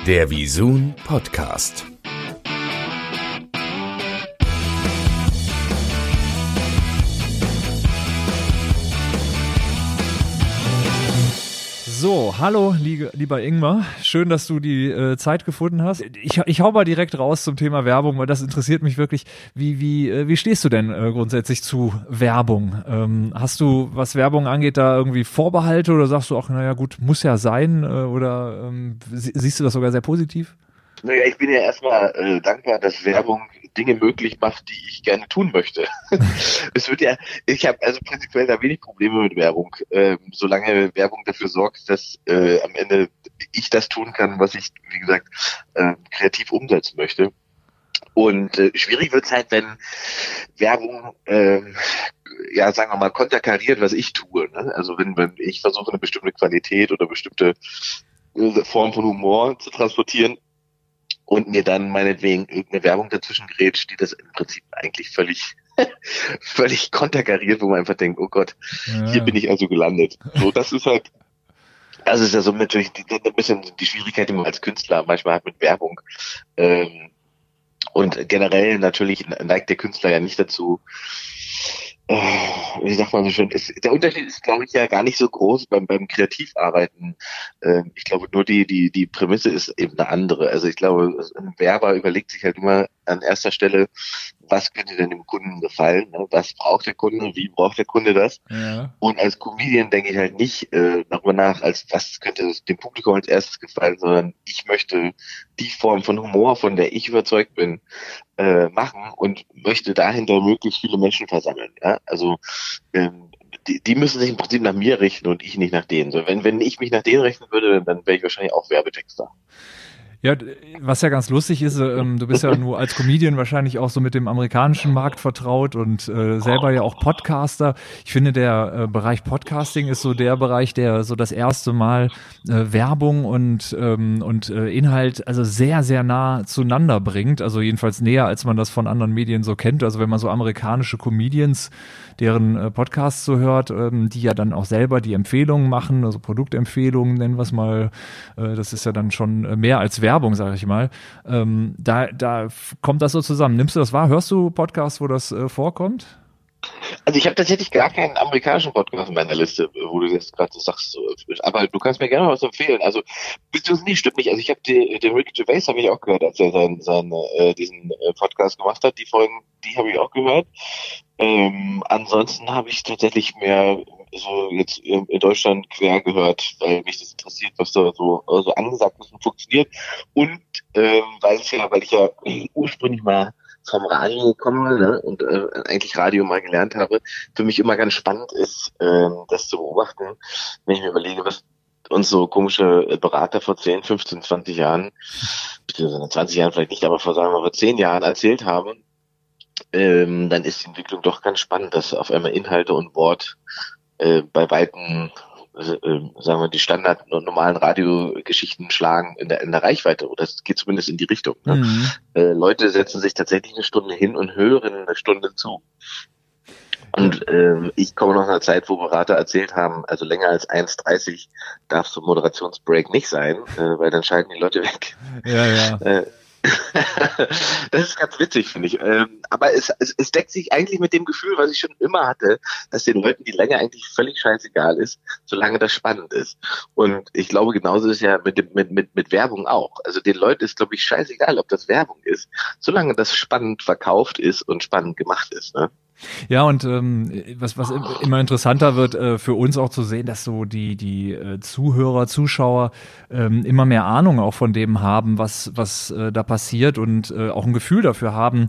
Der Visun Podcast. So, hallo lieber Ingmar, schön, dass du die Zeit gefunden hast. Ich hau mal direkt raus zum Thema Werbung, weil das interessiert mich wirklich. Wie stehst du denn grundsätzlich zu Werbung? Hast du, was Werbung angeht, da irgendwie Vorbehalte oder sagst du auch, naja gut, muss ja sein, oder siehst du das sogar sehr positiv? Naja, ich bin ja erstmal dankbar, dass Werbung Dinge möglich macht, die ich gerne tun möchte. Ich habe also prinzipiell da wenig Probleme mit Werbung, solange Werbung dafür sorgt, dass am Ende ich das tun kann, was ich, wie gesagt, kreativ umsetzen möchte. Und schwierig wird's halt, wenn Werbung, sagen wir mal, konterkariert, was ich tue. Ne? Also wenn ich versuche, eine bestimmte Qualität oder bestimmte Form von Humor zu transportieren, und mir dann meinetwegen irgendeine Werbung dazwischen grätscht, die das im Prinzip eigentlich völlig konterkariert, wo man einfach denkt, oh Gott, hier bin ich also gelandet. So, das ist ja so natürlich ein bisschen die Schwierigkeit, die man als Künstler manchmal hat mit Werbung. Und generell natürlich neigt der Künstler ja nicht dazu, wie sagt man so schön, der Unterschied ist, glaube ich, ja gar nicht so groß beim Kreativarbeiten. Ich glaube, nur die Prämisse ist eben eine andere. Also ich glaube, ein Werber überlegt sich halt immer an erster Stelle, was könnte denn dem Kunden gefallen? Ne? Was braucht der Kunde? Wie braucht der Kunde das? Ja. Und als Comedian denke ich halt nicht darüber nach, als was könnte dem Publikum als erstes gefallen, sondern ich möchte die Form von Humor, von der ich überzeugt bin, machen und möchte dahinter möglichst viele Menschen versammeln. Ja? Also die müssen sich im Prinzip nach mir richten und ich nicht nach denen. So, wenn ich mich nach denen richten würde, dann wäre ich wahrscheinlich auch Werbetexter. Ja, was ja ganz lustig ist, du bist ja nur als Comedian wahrscheinlich auch so mit dem amerikanischen Markt vertraut und selber ja auch Podcaster. Ich finde, der Bereich Podcasting ist so der Bereich, der so das erste Mal Werbung und Inhalt also sehr, sehr nah zueinander bringt. Also jedenfalls näher, als man das von anderen Medien so kennt. Also wenn man so amerikanische Comedians, deren Podcasts so hört, die ja dann auch selber die Empfehlungen machen, also Produktempfehlungen nennen wir es mal. Das ist ja dann schon mehr als Werbung, sage ich mal. Da kommt das so zusammen. Nimmst du das wahr? Hörst du Podcasts, wo das vorkommt? Also ich habe tatsächlich gar keinen amerikanischen Podcast in meiner Liste, wo du das gerade so sagst. Aber du kannst mir gerne was empfehlen. Also nee, stimmt nicht. Also ich habe den Ricky Gervais habe ich auch gehört, als er diesen Podcast gemacht hat. Die Folgen, die habe ich auch gehört. Ansonsten habe ich tatsächlich mehr so jetzt in Deutschland quer gehört, weil mich das interessiert, was da so angesagt ist und funktioniert. Und weil ich ja ursprünglich mal vom Radio komme, ne, und eigentlich Radio mal gelernt habe, für mich immer ganz spannend ist, das zu beobachten, wenn ich mir überlege, was uns so komische Berater vor 10, 15, 20 Jahren, beziehungsweise 20 Jahren vielleicht nicht, aber sagen wir mal vor 10 Jahren erzählt haben, dann ist die Entwicklung doch ganz spannend, dass auf einmal Inhalte und Wort bei weitem, sagen wir, die Standard- und normalen Radiogeschichten schlagen in der Reichweite, oder es geht zumindest in die Richtung. Ne? Mhm. Leute setzen sich tatsächlich eine Stunde hin und hören eine Stunde zu. Und ich komme noch aus einer Zeit, wo Berater erzählt haben, also länger als 1,30 darf so ein Moderationsbreak nicht sein, weil dann schalten die Leute weg. Ja. Das ist ganz witzig, finde ich. Aber es deckt sich eigentlich mit dem Gefühl, was ich schon immer hatte, dass den Leuten die Länge eigentlich völlig scheißegal ist, solange das spannend ist. Und ich glaube, genauso ist es ja mit Werbung auch. Also den Leuten ist, glaube ich, scheißegal, ob das Werbung ist, solange das spannend verkauft ist und spannend gemacht ist, ne? Ja, und was immer interessanter wird für uns auch zu sehen, dass so die Zuhörer, Zuschauer immer mehr Ahnung auch von dem haben, was da passiert und auch ein Gefühl dafür haben,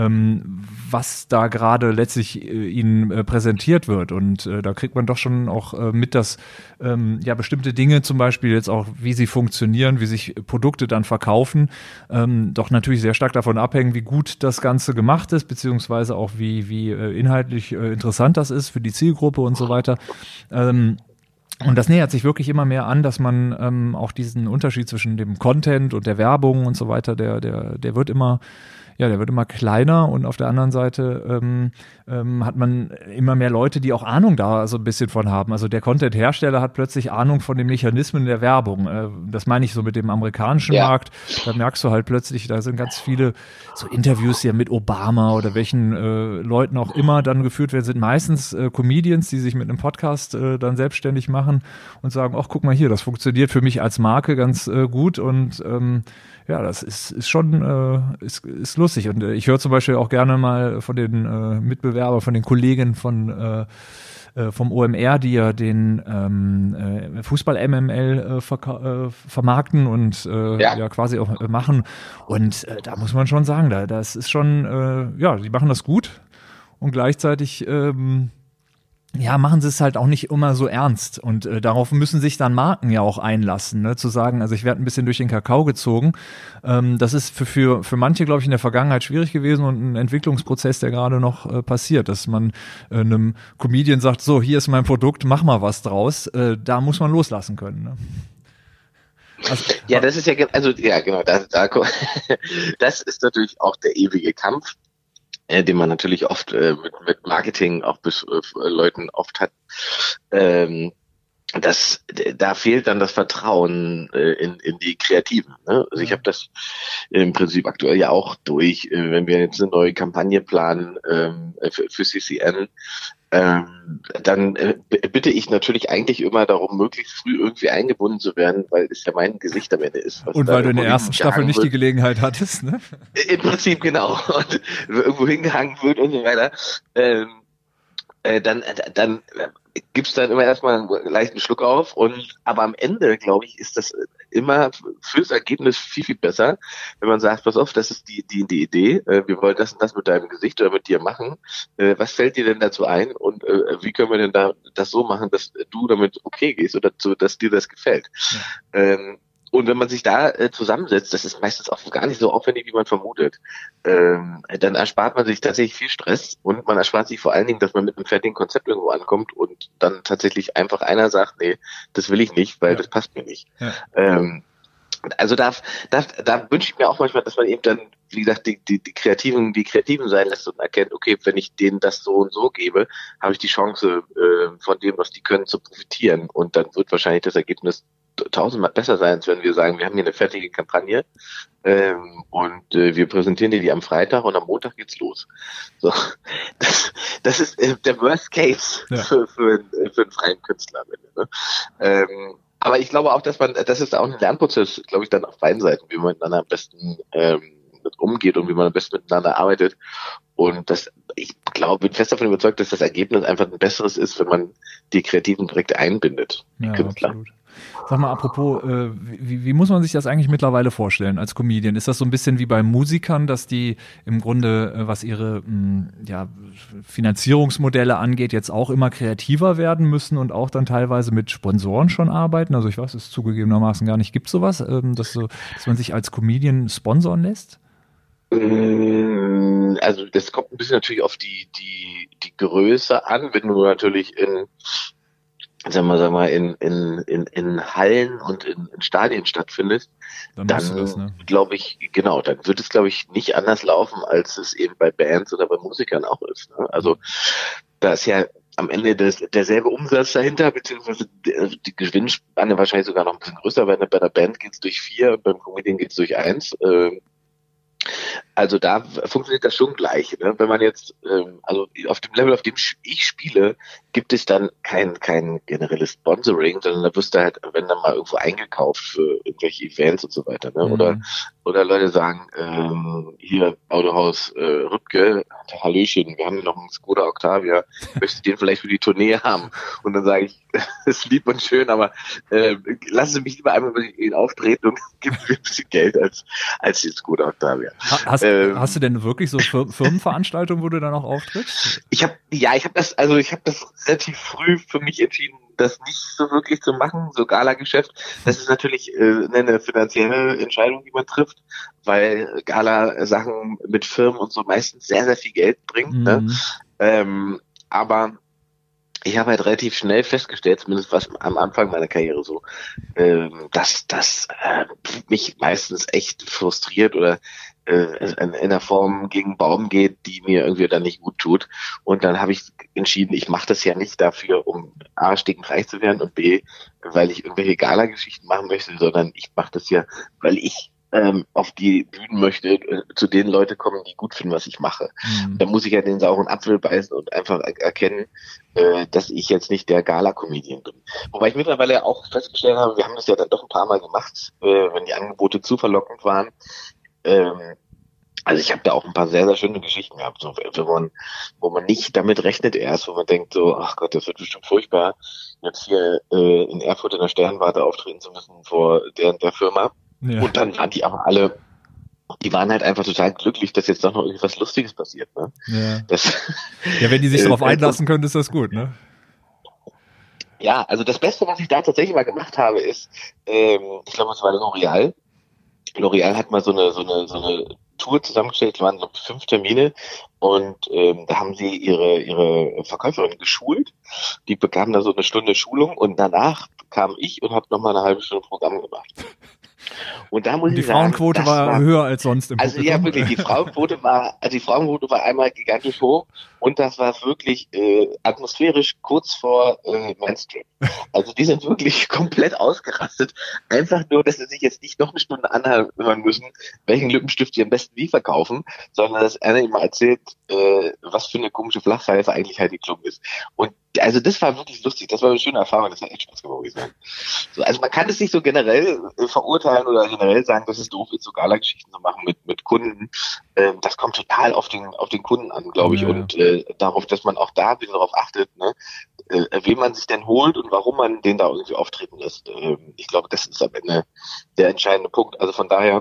was da gerade letztlich ihnen präsentiert wird. Und da kriegt man doch schon auch mit, dass bestimmte Dinge zum Beispiel jetzt auch, wie sie funktionieren, wie sich Produkte dann verkaufen, doch natürlich sehr stark davon abhängen, wie gut das Ganze gemacht ist, beziehungsweise auch wie inhaltlich interessant das ist für die Zielgruppe und so weiter. Und das nähert sich wirklich immer mehr an, dass man auch diesen Unterschied zwischen dem Content und der Werbung und so weiter, der wird immer Ja, der wird immer kleiner und auf der anderen Seite hat man immer mehr Leute, die auch Ahnung da so ein bisschen von haben. Also der Content-Hersteller hat plötzlich Ahnung von den Mechanismen der Werbung. Das meine ich so mit dem amerikanischen Markt. Da merkst du halt plötzlich, da sind ganz viele so Interviews hier mit Obama oder welchen Leuten auch immer dann geführt werden, sind meistens Comedians, die sich mit einem Podcast dann selbstständig machen und sagen, ach, guck mal hier, das funktioniert für mich als Marke ganz gut und ja, das ist schon ist lustig. Und ich höre zum Beispiel auch gerne mal von den Mitbewerbern, von den Kollegen vom OMR, die ja den Fußball-MML vermarkten und ja quasi auch machen. Und da muss man schon sagen, das ist schon, ja, die machen das gut und gleichzeitig ja, machen sie es halt auch nicht immer so ernst und darauf müssen sich dann Marken ja auch einlassen, ne? Zu sagen, also ich werde ein bisschen durch den Kakao gezogen. Das ist für manche, glaube ich, in der Vergangenheit schwierig gewesen und ein Entwicklungsprozess, der gerade noch passiert, dass man einem Comedian sagt, so, hier ist mein Produkt, mach mal was draus. Da muss man loslassen können, ne? Also, ja, das ist ja, also ja genau, das ist natürlich auch der ewige Kampf, den man natürlich oft mit Marketing auch bis Leuten oft hat. Da fehlt dann das Vertrauen in die Kreativen. Ne? Also ich habe das im Prinzip aktuell ja auch durch, wenn wir jetzt eine neue Kampagne planen für CCN, dann bitte ich natürlich eigentlich immer darum, möglichst früh irgendwie eingebunden zu werden, weil es ja mein Gesicht am Ende ist. Und weil du in der ersten Staffel nicht die Gelegenheit hattest, ne? Im Prinzip, genau. Und irgendwo hingehangen wird und so weiter. Dann gibt's dann immer erstmal einen leichten Schluck auf aber am Ende, glaube ich, ist das immer fürs Ergebnis viel, viel besser, wenn man sagt, pass auf, das ist die Idee, wir wollen das und das mit deinem Gesicht oder mit dir machen, was fällt dir denn dazu ein und wie können wir denn das so machen, dass du damit okay gehst oder dass dir das gefällt. Ja. Und wenn man sich da zusammensetzt, das ist meistens auch gar nicht so aufwendig, wie man vermutet, dann erspart man sich tatsächlich viel Stress und man erspart sich vor allen Dingen, dass man mit einem fertigen Konzept irgendwo ankommt und dann tatsächlich einfach einer sagt, nee, das will ich nicht, weil das passt mir nicht. Ja. Also da wünsche ich mir auch manchmal, dass man eben dann, wie gesagt, die Kreativen sein lässt und erkennt, okay, wenn ich denen das so und so gebe, habe ich die Chance, von dem, was die können, zu profitieren und dann wird wahrscheinlich das Ergebnis tausendmal besser sein, als wenn wir sagen, wir haben hier eine fertige Kampagne und wir präsentieren dir die am Freitag und am Montag geht's los. So, das ist der Worst Case für einen freien Künstler am Ende. Ne? Aber ich glaube auch, das ist auch ein Lernprozess, glaube ich, dann auf beiden Seiten, wie man miteinander am besten umgeht und wie man am besten miteinander arbeitet. Und ich bin fest davon überzeugt, dass das Ergebnis einfach ein besseres ist, wenn man die kreativen Projekte einbindet, die Künstler. Absolut. Sag mal, apropos, wie muss man sich das eigentlich mittlerweile vorstellen als Comedian? Ist das so ein bisschen wie bei Musikern, dass die im Grunde, was ihre Finanzierungsmodelle angeht, jetzt auch immer kreativer werden müssen und auch dann teilweise mit Sponsoren schon arbeiten? Also ich weiß, es zugegebenermaßen gar nicht gibt sowas, dass man sich als Comedian sponsoren lässt? Also das kommt ein bisschen natürlich auf die Größe an, wenn du natürlich in Hallen und in Stadien stattfindest, dann glaube ich, genau, dann wird es, glaube ich, nicht anders laufen, als es eben bei Bands oder bei Musikern auch ist. Ne? Also da ist ja am Ende derselbe Umsatz dahinter, beziehungsweise die Gewinnspanne wahrscheinlich sogar noch ein bisschen größer, weil bei der Band geht's durch 4 und beim Comedian geht's durch 1. Also da funktioniert das schon gleich. Ne? Wenn man jetzt, also auf dem Level, auf dem ich spiele, gibt es dann kein generelles Sponsoring, sondern da wirst du halt, wenn dann mal irgendwo eingekauft für irgendwelche Events und so weiter. Ne? Mhm. Oder Leute sagen, hier Autohaus Rübke, Hallöchen, wir haben noch einen Skoda Octavia, möchtest du den vielleicht für die Tournee haben? Und dann sage ich, das ist lieb und schön, aber lassen Sie mich lieber einmal mit Ihnen auftreten und geben mir ein bisschen Geld als den Skoda Octavia. Hast du denn wirklich so Firmenveranstaltungen, wo du dann auch auftrittst? Ich habe das relativ früh für mich entschieden, das nicht so wirklich zu machen, so Gala-Geschäft. Das ist natürlich eine finanzielle Entscheidung, die man trifft, weil Gala-Sachen mit Firmen und so meistens sehr, sehr viel Geld bringen. Mhm. Ne? Aber ich habe halt relativ schnell festgestellt, zumindest was am Anfang meiner Karriere so, dass das mich meistens echt frustriert oder in einer Form gegen einen Baum geht, die mir irgendwie dann nicht gut tut. Und dann habe ich entschieden, ich mache das ja nicht dafür, um A, stinkend reich zu werden und B, weil ich irgendwelche Gala-Geschichten machen möchte, sondern ich mache das ja, weil ich auf die Bühnen möchte, zu den Leute kommen, die gut finden, was ich mache. Da muss ich ja den sauren Apfel beißen und einfach erkennen, dass ich jetzt nicht der Gala-Comedian bin. Wobei ich mittlerweile auch festgestellt habe, wir haben das ja dann doch ein paar Mal gemacht, wenn die Angebote zu verlockend waren. Also ich habe da auch ein paar sehr, sehr schöne Geschichten gehabt, so, wo man nicht damit rechnet erst, wo man denkt so, ach Gott, das wird bestimmt furchtbar, jetzt hier in Erfurt in der Sternwarte auftreten zu müssen vor der Firma. Ja. Und dann waren die aber alle, die waren halt einfach total glücklich, dass jetzt doch noch irgendwas Lustiges passiert. Ne? Ja. Ja, wenn die sich darauf einlassen können, ist das gut, ne? Ja, also das Beste, was ich da tatsächlich mal gemacht habe, ist, ich glaube, es war L'Oreal. L'Oreal hat mal so eine Tour zusammengestellt, es waren glaube ich 5 Termine und da haben sie ihre Verkäuferin geschult. Die bekamen da so eine Stunde Schulung und danach kam ich und habe nochmal eine halbe Stunde Programm gemacht. Und da muss die ich sagen, Frauenquote war höher als sonst im Publikum. Also ja, wirklich, die Frauenquote war einmal gigantisch hoch und das war wirklich atmosphärisch kurz vor Mainstream. Also die sind wirklich komplett ausgerastet. Einfach nur, dass sie sich jetzt nicht noch eine Stunde anhören müssen, welchen Lippenstift sie am besten wie verkaufen, sondern dass einer immer erzählt, was für eine komische Flachpfeife eigentlich Heidi Klum ist. Und also das war wirklich lustig, das war eine schöne Erfahrung, das hat echt Spaß gemacht, muss ich sagen. So, also man kann es nicht so generell verurteilen oder generell sagen, dass es doof ist, so Gala-Geschichten zu machen mit Kunden. Das kommt total auf den Kunden an, glaube ich, und darauf, dass man auch da wieder darauf achtet, ne, wen man sich denn holt und warum man den da irgendwie auftreten lässt. Ich glaube, das ist am Ende der entscheidende Punkt. Also von daher,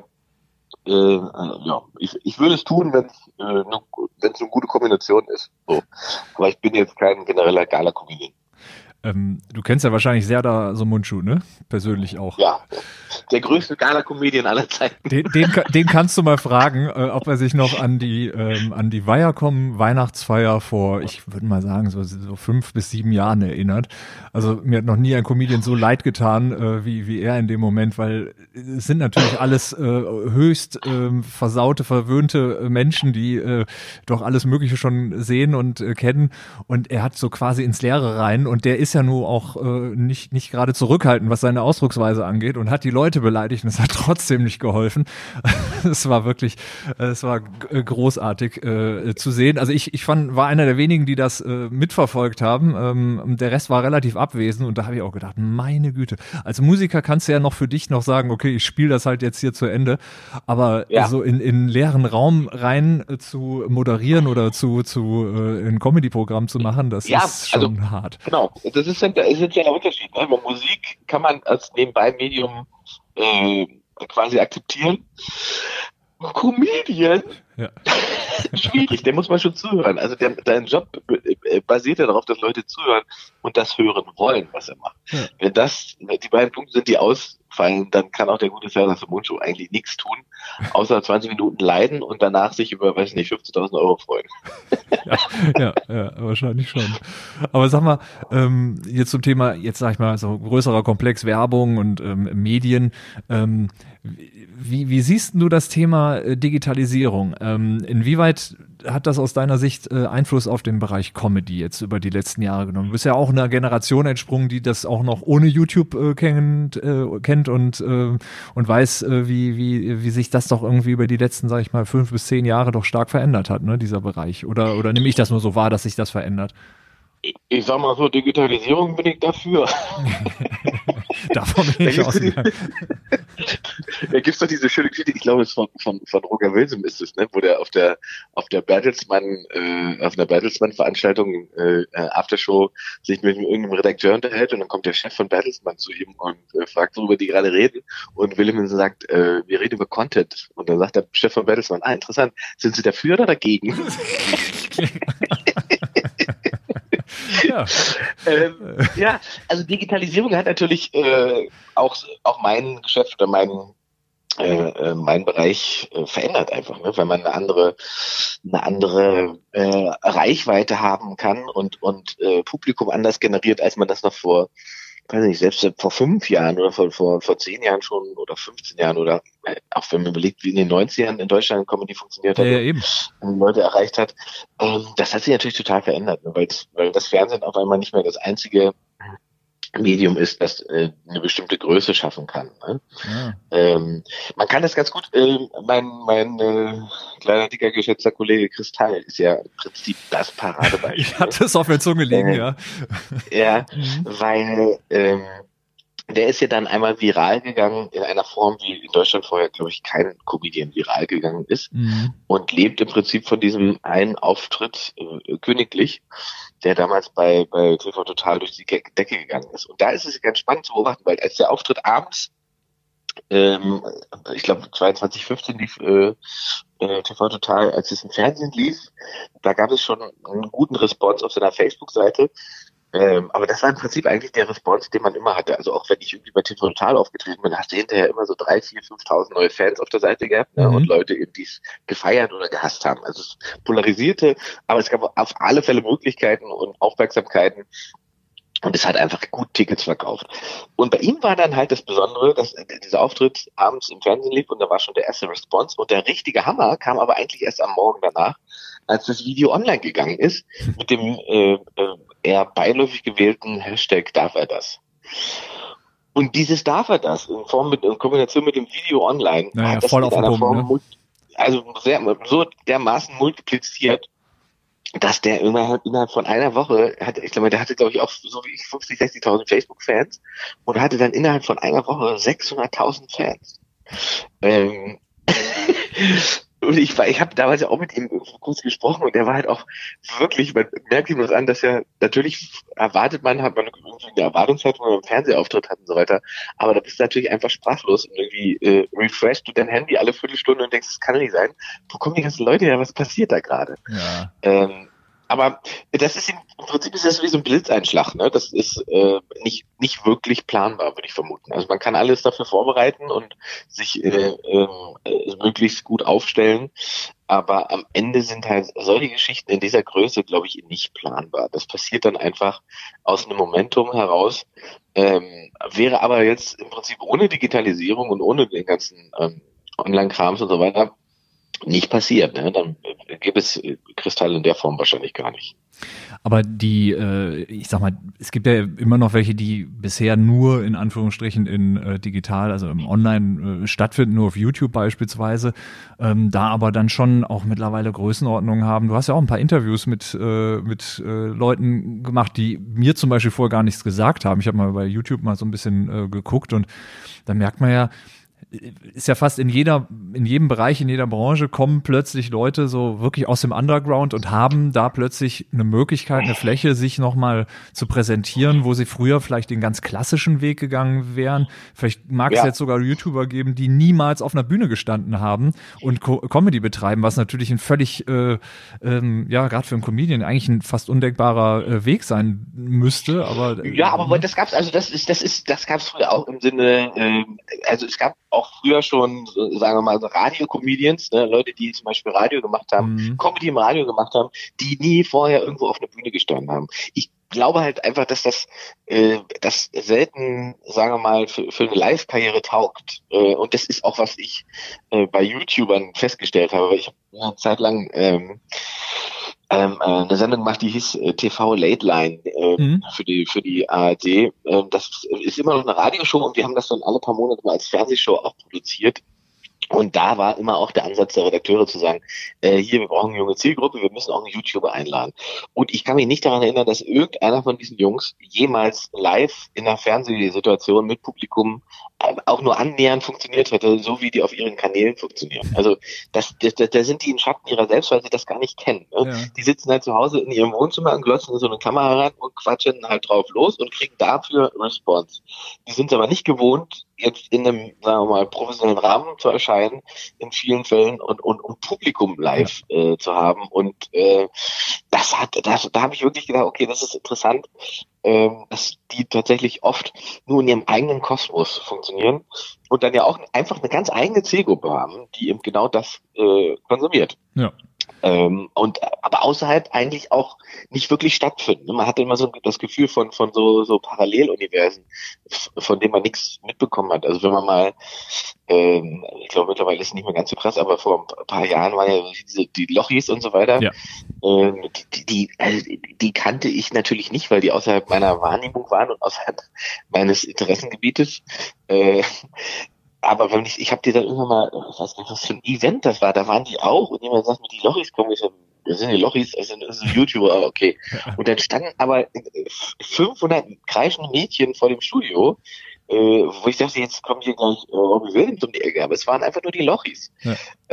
ja, ich würde es tun, wenn es eine gute Kombination ist. So. Aber ich bin jetzt kein genereller Gala-Comedian. Du kennst ja wahrscheinlich Serdar Somuncu, ne? Persönlich auch. Ja, der größte Gala-Comedian aller Zeiten. Den kannst du mal fragen, ob er sich noch an die Viacom Weihnachtsfeier vor, ich würde mal sagen, so 5 bis 7 Jahren erinnert. Also mir hat noch nie ein Comedian so leid getan, wie er in dem Moment, weil es sind natürlich alles höchst versaute, verwöhnte Menschen, die doch alles Mögliche schon sehen und kennen. Und er hat so quasi ins Leere rein und der ist ja nur auch nicht gerade zurückhaltend, was seine Ausdrucksweise angeht und hat die Leute beleidigt und es hat trotzdem nicht geholfen. Es war wirklich, es war großartig zu sehen. Also ich war einer der wenigen, die das mitverfolgt haben. Der Rest war relativ abwesend und da habe ich auch gedacht, meine Güte. Als Musiker kannst du ja noch für dich noch sagen, okay, ich spiele das halt jetzt hier zu Ende, aber so in leeren Raum rein zu moderieren oder ein Comedy-Programm zu machen, das ist schon hart. Genau, das ist ja der Unterschied. Ne? Bei Musik kann man als Nebenbei-Medium quasi akzeptieren. Comedian? Ja. Schwierig, der muss man schon zuhören. Also dein Job basiert ja darauf, dass Leute zuhören und das hören wollen, was er macht. Ja. Wenn die beiden Punkte sind, die ausfallen, dann kann auch der gute Serdar Somuncu eigentlich nichts tun, außer 20 Minuten leiden und danach sich über, 50.000 Euro freuen. Ja, wahrscheinlich schon. Aber sag mal, jetzt zum Thema, jetzt sag ich mal, so größerer Komplex Werbung und Medien, wie siehst du das Thema Digitalisierung? Inwieweit hat das aus deiner Sicht Einfluss auf den Bereich Comedy jetzt über die letzten Jahre genommen? Du bist ja auch einer Generation entsprungen, die das auch noch ohne YouTube kennt und weiß, wie sich das doch irgendwie über die letzten, sag ich mal, 5 bis 10 Jahre doch stark verändert hat, ne, dieser Bereich. Oder nehme ich das nur so wahr, dass sich das verändert? Ich sag mal so, Digitalisierung bin ich dafür. Davon bin ich ausgegangen. Da gibt's doch diese schöne Geschichte, ich glaube, es von Roger Wilson ist es, ne, wo der auf der Bertelsmann-Veranstaltung Aftershow sich mit irgendeinem Redakteur unterhält und dann kommt der Chef von Bertelsmann zu ihm und fragt, worüber die gerade reden und Wilhelm sagt, wir reden über Content und dann sagt der Chef von Bertelsmann, interessant, sind Sie dafür oder dagegen? Ja, also Digitalisierung hat natürlich auch mein Geschäft oder mein Bereich verändert einfach, ne? Weil man eine andere Reichweite haben kann und Publikum anders generiert, als man das noch vor weiß nicht, selbst vor 5 Jahren oder vor 10 Jahren schon oder 15 Jahren oder auch wenn man überlegt, wie in den 90ern in Deutschland Comedy funktioniert hat, Ja, eben. und Leute erreicht hat, das hat sich natürlich total verändert, ne, weil das Fernsehen auf einmal nicht mehr das einzige Medium ist, das eine bestimmte Größe schaffen kann. Ne? Ja. Man kann das ganz gut, mein kleiner, dicker, geschätzter Kollege Kristall ist ja im Prinzip das Paradebeispiel. Ich hatte es auf der Zunge liegen, ja. Ja, weil der ist ja dann einmal viral gegangen in einer Form, wie in Deutschland vorher, glaube ich, kein Comedian viral gegangen ist und lebt im Prinzip von diesem einen Auftritt königlich, der damals bei TV Total durch die Decke gegangen ist. Und da ist es ganz spannend zu beobachten, weil als der Auftritt abends, ich glaube 22:15 lief TV Total, als es im Fernsehen lief, da gab es schon einen guten Response auf seiner Facebook-Seite. Aber das war im Prinzip eigentlich der Response, den man immer hatte. Also auch wenn ich irgendwie bei TV Total aufgetreten bin, hast du hinterher immer so 3.000, 4.000, 5.000 neue Fans auf der Seite gehabt, ne? Und Leute, die es gefeiert oder gehasst haben. Also es polarisierte, aber es gab auf alle Fälle Möglichkeiten und Aufmerksamkeiten. Und es hat einfach gut Tickets verkauft. Und bei ihm war dann halt das Besondere, dass dieser Auftritt abends im Fernsehen lief und da war schon der erste Response. Und der richtige Hammer kam aber eigentlich erst am Morgen danach, als das Video online gegangen ist, mit dem eher beiläufig gewählten Hashtag darf er das. Und dieses darf er das in Kombination mit dem Video online, hat das voll in auf den einer Punkt, Form, also so dermaßen multipliziert, dass der innerhalb von einer Woche der hatte, glaube ich, auch so wie ich 50.000, 60.000 Facebook-Fans und hatte dann innerhalb von einer Woche 600.000 Fans. Und ich habe damals ja auch mit ihm kurz gesprochen und der war halt auch wirklich, man merkt ihm das an, dass ja natürlich hat man irgendwie eine Erwartungshaltung, wenn man einen Fernsehauftritt hat und so weiter, aber da bist du natürlich einfach sprachlos und irgendwie refreshst du dein Handy alle Viertelstunde und denkst, das kann nicht sein. Wo kommen die ganzen Leute her? Was passiert da gerade? Ja. Aber das ist im Prinzip ist das wie so ein Blitzeinschlag, ne? Das ist nicht wirklich planbar, würde ich vermuten. Also man kann alles dafür vorbereiten und sich möglichst gut aufstellen, aber am Ende sind halt solche Geschichten in dieser Größe, glaube ich, nicht planbar. Das passiert dann einfach aus einem Momentum heraus, wäre aber jetzt im Prinzip ohne Digitalisierung und ohne den ganzen Online-Krams und so weiter nicht passiert, ne? Dann gibt es Kristall in der Form wahrscheinlich gar nicht. Aber ich sag mal, es gibt ja immer noch welche, die bisher nur in Anführungsstrichen in digital, also im Online stattfinden, nur auf YouTube beispielsweise, da aber dann schon auch mittlerweile Größenordnungen haben. Du hast ja auch ein paar Interviews mit Leuten gemacht, die mir zum Beispiel vorher gar nichts gesagt haben. Ich habe mal bei YouTube mal so ein bisschen geguckt und da merkt man ja, ist ja fast in jedem Bereich, in jeder Branche kommen plötzlich Leute so wirklich aus dem Underground und haben da plötzlich eine Möglichkeit, eine Fläche, sich nochmal zu präsentieren, wo sie früher vielleicht den ganz klassischen Weg gegangen wären. Vielleicht mag es jetzt sogar YouTuber geben, die niemals auf einer Bühne gestanden haben und Comedy betreiben, was natürlich ein völlig, gerade für einen Comedian eigentlich ein fast undenkbarer Weg sein müsste. Aber aber das gab's, also das gab's früher auch im Sinne, also es gab auch früher schon, sagen wir mal, so Radio-Comedians, ne, Leute, die zum Beispiel Radio gemacht haben, Comedy im Radio gemacht haben, die nie vorher irgendwo auf einer Bühne gestanden haben. Ich glaube halt einfach, dass das selten, sagen wir mal, für eine Live-Karriere taugt. Und das ist auch, was ich bei YouTubern festgestellt habe. Ich habe eine Zeit lang eine Sendung gemacht, die hieß TV Late Line für die ARD. Das ist immer noch eine Radioshow und wir haben das dann alle paar Monate mal als Fernsehshow auch produziert. Und da war immer auch der Ansatz der Redakteure zu sagen, hier, wir brauchen eine junge Zielgruppe, wir müssen auch einen YouTuber einladen. Und ich kann mich nicht daran erinnern, dass irgendeiner von diesen Jungs jemals live in einer Fernsehsituation mit Publikum auch nur annähernd funktioniert hätte, so wie die auf ihren Kanälen funktionieren. Also da sind die in Schatten ihrer selbst, weil sie das gar nicht kennen. Ne? Ja. Die sitzen halt zu Hause in ihrem Wohnzimmer und glotzen in so eine Kamera rein und quatschen halt drauf los und kriegen dafür Response. Die sind aber nicht gewohnt, jetzt in einem, sagen wir mal, professionellen Rahmen zu erscheinen, in vielen Fällen und Publikum live zu haben. Und da habe ich wirklich gedacht, okay, das ist interessant, dass die tatsächlich oft nur in ihrem eigenen Kosmos funktionieren und dann ja auch einfach eine ganz eigene Zielgruppe haben, die eben genau das konsumiert. Ja. Aber außerhalb eigentlich auch nicht wirklich stattfinden. Man hatte immer so das Gefühl von so Paralleluniversen, von denen man nichts mitbekommen hat. Also wenn man mal, ich glaube mittlerweile ist es nicht mehr ganz so krass, aber vor ein paar Jahren waren ja die Lochis und so weiter. Ja. Die kannte ich natürlich nicht, weil die außerhalb meiner Wahrnehmung waren und außerhalb meines Interessengebietes. Aber ich habe die dann irgendwann mal, ich weiß nicht, was für ein Event das war, da waren die auch und jemand sagt mir, die Lochis kommen, ich so, das sind die Lochis, das sind YouTuber, okay. Und dann standen aber 500 kreischende Mädchen vor dem Studio, wo ich dachte, jetzt kommen hier gleich Robbie Williams um die Ecke, aber es waren einfach nur die Lochis. Ja.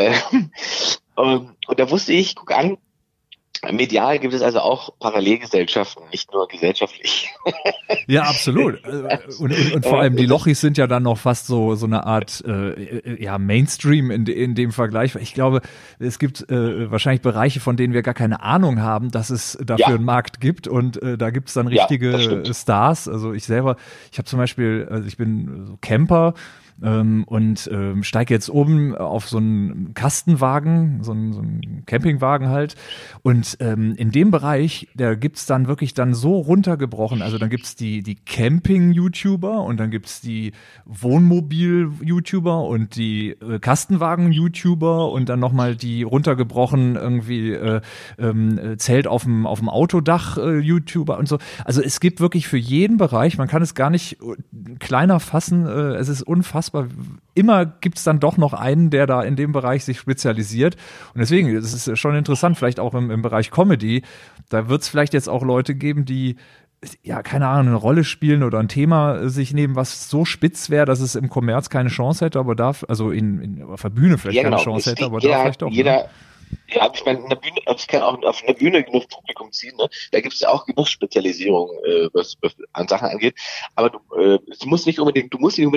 Und da wusste ich, guck an, medial gibt es also auch Parallelgesellschaften, nicht nur gesellschaftlich. Ja, absolut. Und vor allem die Lochis sind ja dann noch fast so eine Art Mainstream in dem Vergleich. Ich glaube, es gibt wahrscheinlich Bereiche, von denen wir gar keine Ahnung haben, dass es dafür einen Markt gibt und da gibt es dann richtige Stars. Also ich habe zum Beispiel, also ich bin so Camper, und steige jetzt oben auf so einen Kastenwagen, so einen Campingwagen halt. Und in dem Bereich, da gibt's dann wirklich dann so runtergebrochen. Also dann gibt's die Camping-YouTuber und dann gibt's die Wohnmobil-YouTuber und die Kastenwagen-YouTuber und dann nochmal die runtergebrochen irgendwie Zelt auf dem Autodach-YouTuber und so. Also es gibt wirklich für jeden Bereich, man kann es gar nicht kleiner fassen, es ist unfassbar. Immer gibt's dann doch noch einen, der da in dem Bereich sich spezialisiert. Und deswegen, das ist schon interessant, vielleicht auch im Bereich Comedy, da wird's vielleicht jetzt auch Leute geben, die ja, keine Ahnung, eine Rolle spielen oder ein Thema sich nehmen, was so spitz wäre, dass es im Kommerz keine Chance hätte, aber auf der Bühne vielleicht keine Chance hätte, aber da vielleicht auch. Ja, ich meine, ich kann auch auf einer Bühne genug Publikum ziehen, ne? Da gibt es ja auch genug Spezialisierung, was an Sachen angeht. Aber du musst nicht unbedingt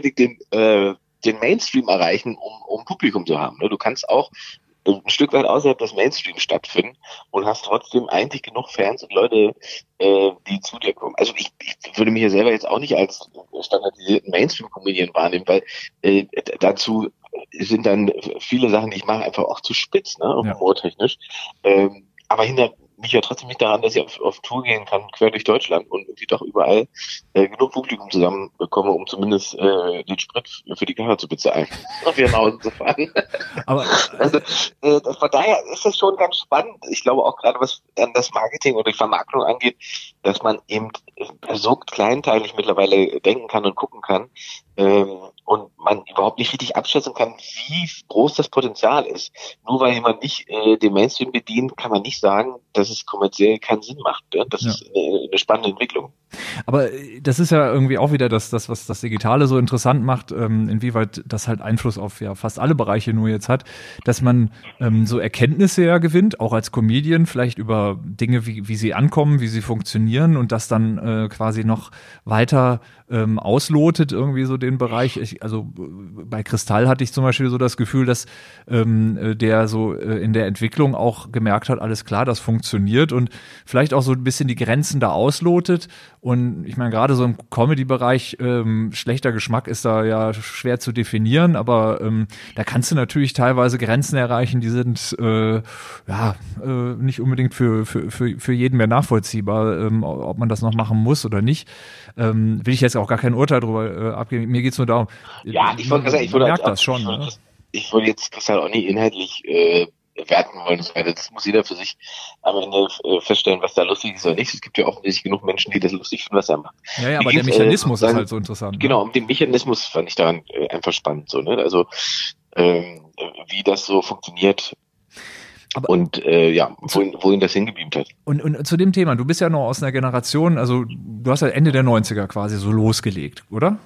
den Mainstream erreichen, um Publikum zu haben. Ne? Du kannst auch ein Stück weit außerhalb des Mainstream stattfinden und hast trotzdem eigentlich genug Fans und Leute, die zu dir kommen. Also ich würde mich ja selber jetzt auch nicht als standardisierten Mainstream-Comedian wahrnehmen, weil dazu sind dann viele Sachen, die ich mache, einfach auch zu spitz, ne, humortechnisch. Aber hindert mich ja trotzdem nicht daran, dass ich auf Tour gehen kann, quer durch Deutschland und irgendwie doch überall genug Publikum zusammenbekomme, um zumindest den Sprit für die Karre zu bezahlen, nach Hause zu fahren. Aber also, von daher ist das schon ganz spannend. Ich glaube auch gerade, was dann das Marketing oder die Vermarktung angeht, dass man eben so kleinteilig mittlerweile denken kann und gucken kann, und man überhaupt nicht richtig abschätzen kann, wie groß das Potenzial ist. Nur weil jemand nicht den Mainstream bedient, kann man nicht sagen, dass es kommerziell keinen Sinn macht. Ne? Das ist eine spannende Entwicklung. Aber das ist ja irgendwie auch wieder das, was das Digitale so interessant macht, inwieweit das halt Einfluss auf ja fast alle Bereiche nur jetzt hat, dass man so Erkenntnisse ja gewinnt, auch als Comedian, vielleicht über Dinge, wie sie ankommen, wie sie funktionieren und das dann quasi noch weiter auslotet, irgendwie so den Bereich. Also bei Kristall hatte ich zum Beispiel so das Gefühl, dass der so in der Entwicklung auch gemerkt hat, alles klar, das funktioniert und vielleicht auch so ein bisschen die Grenzen da auslotet. Und ich meine, gerade so im Comedy-Bereich, schlechter Geschmack ist da ja schwer zu definieren, aber da kannst du natürlich teilweise Grenzen erreichen, die sind nicht unbedingt für jeden mehr nachvollziehbar, ob man das noch machen muss oder nicht. Will ich jetzt auch gar kein Urteil darüber abgeben. Mir geht's nur darum. Ja, ich wollte sagen, ich wollte jetzt Kristall auch nicht inhaltlich werten wollen. Das muss jeder für sich am Ende feststellen, was da lustig ist oder nicht. Es gibt ja offensichtlich genug Menschen, die das lustig finden, was er macht. Ja, aber der Mechanismus ist halt so interessant. Genau, um den Mechanismus fand ich daran einfach spannend. So, ne? Also wie das so funktioniert. Aber und wohin das hingebeamt hat. Und zu dem Thema, du bist ja noch aus einer Generation, also du hast ja Ende der 90er quasi so losgelegt, oder?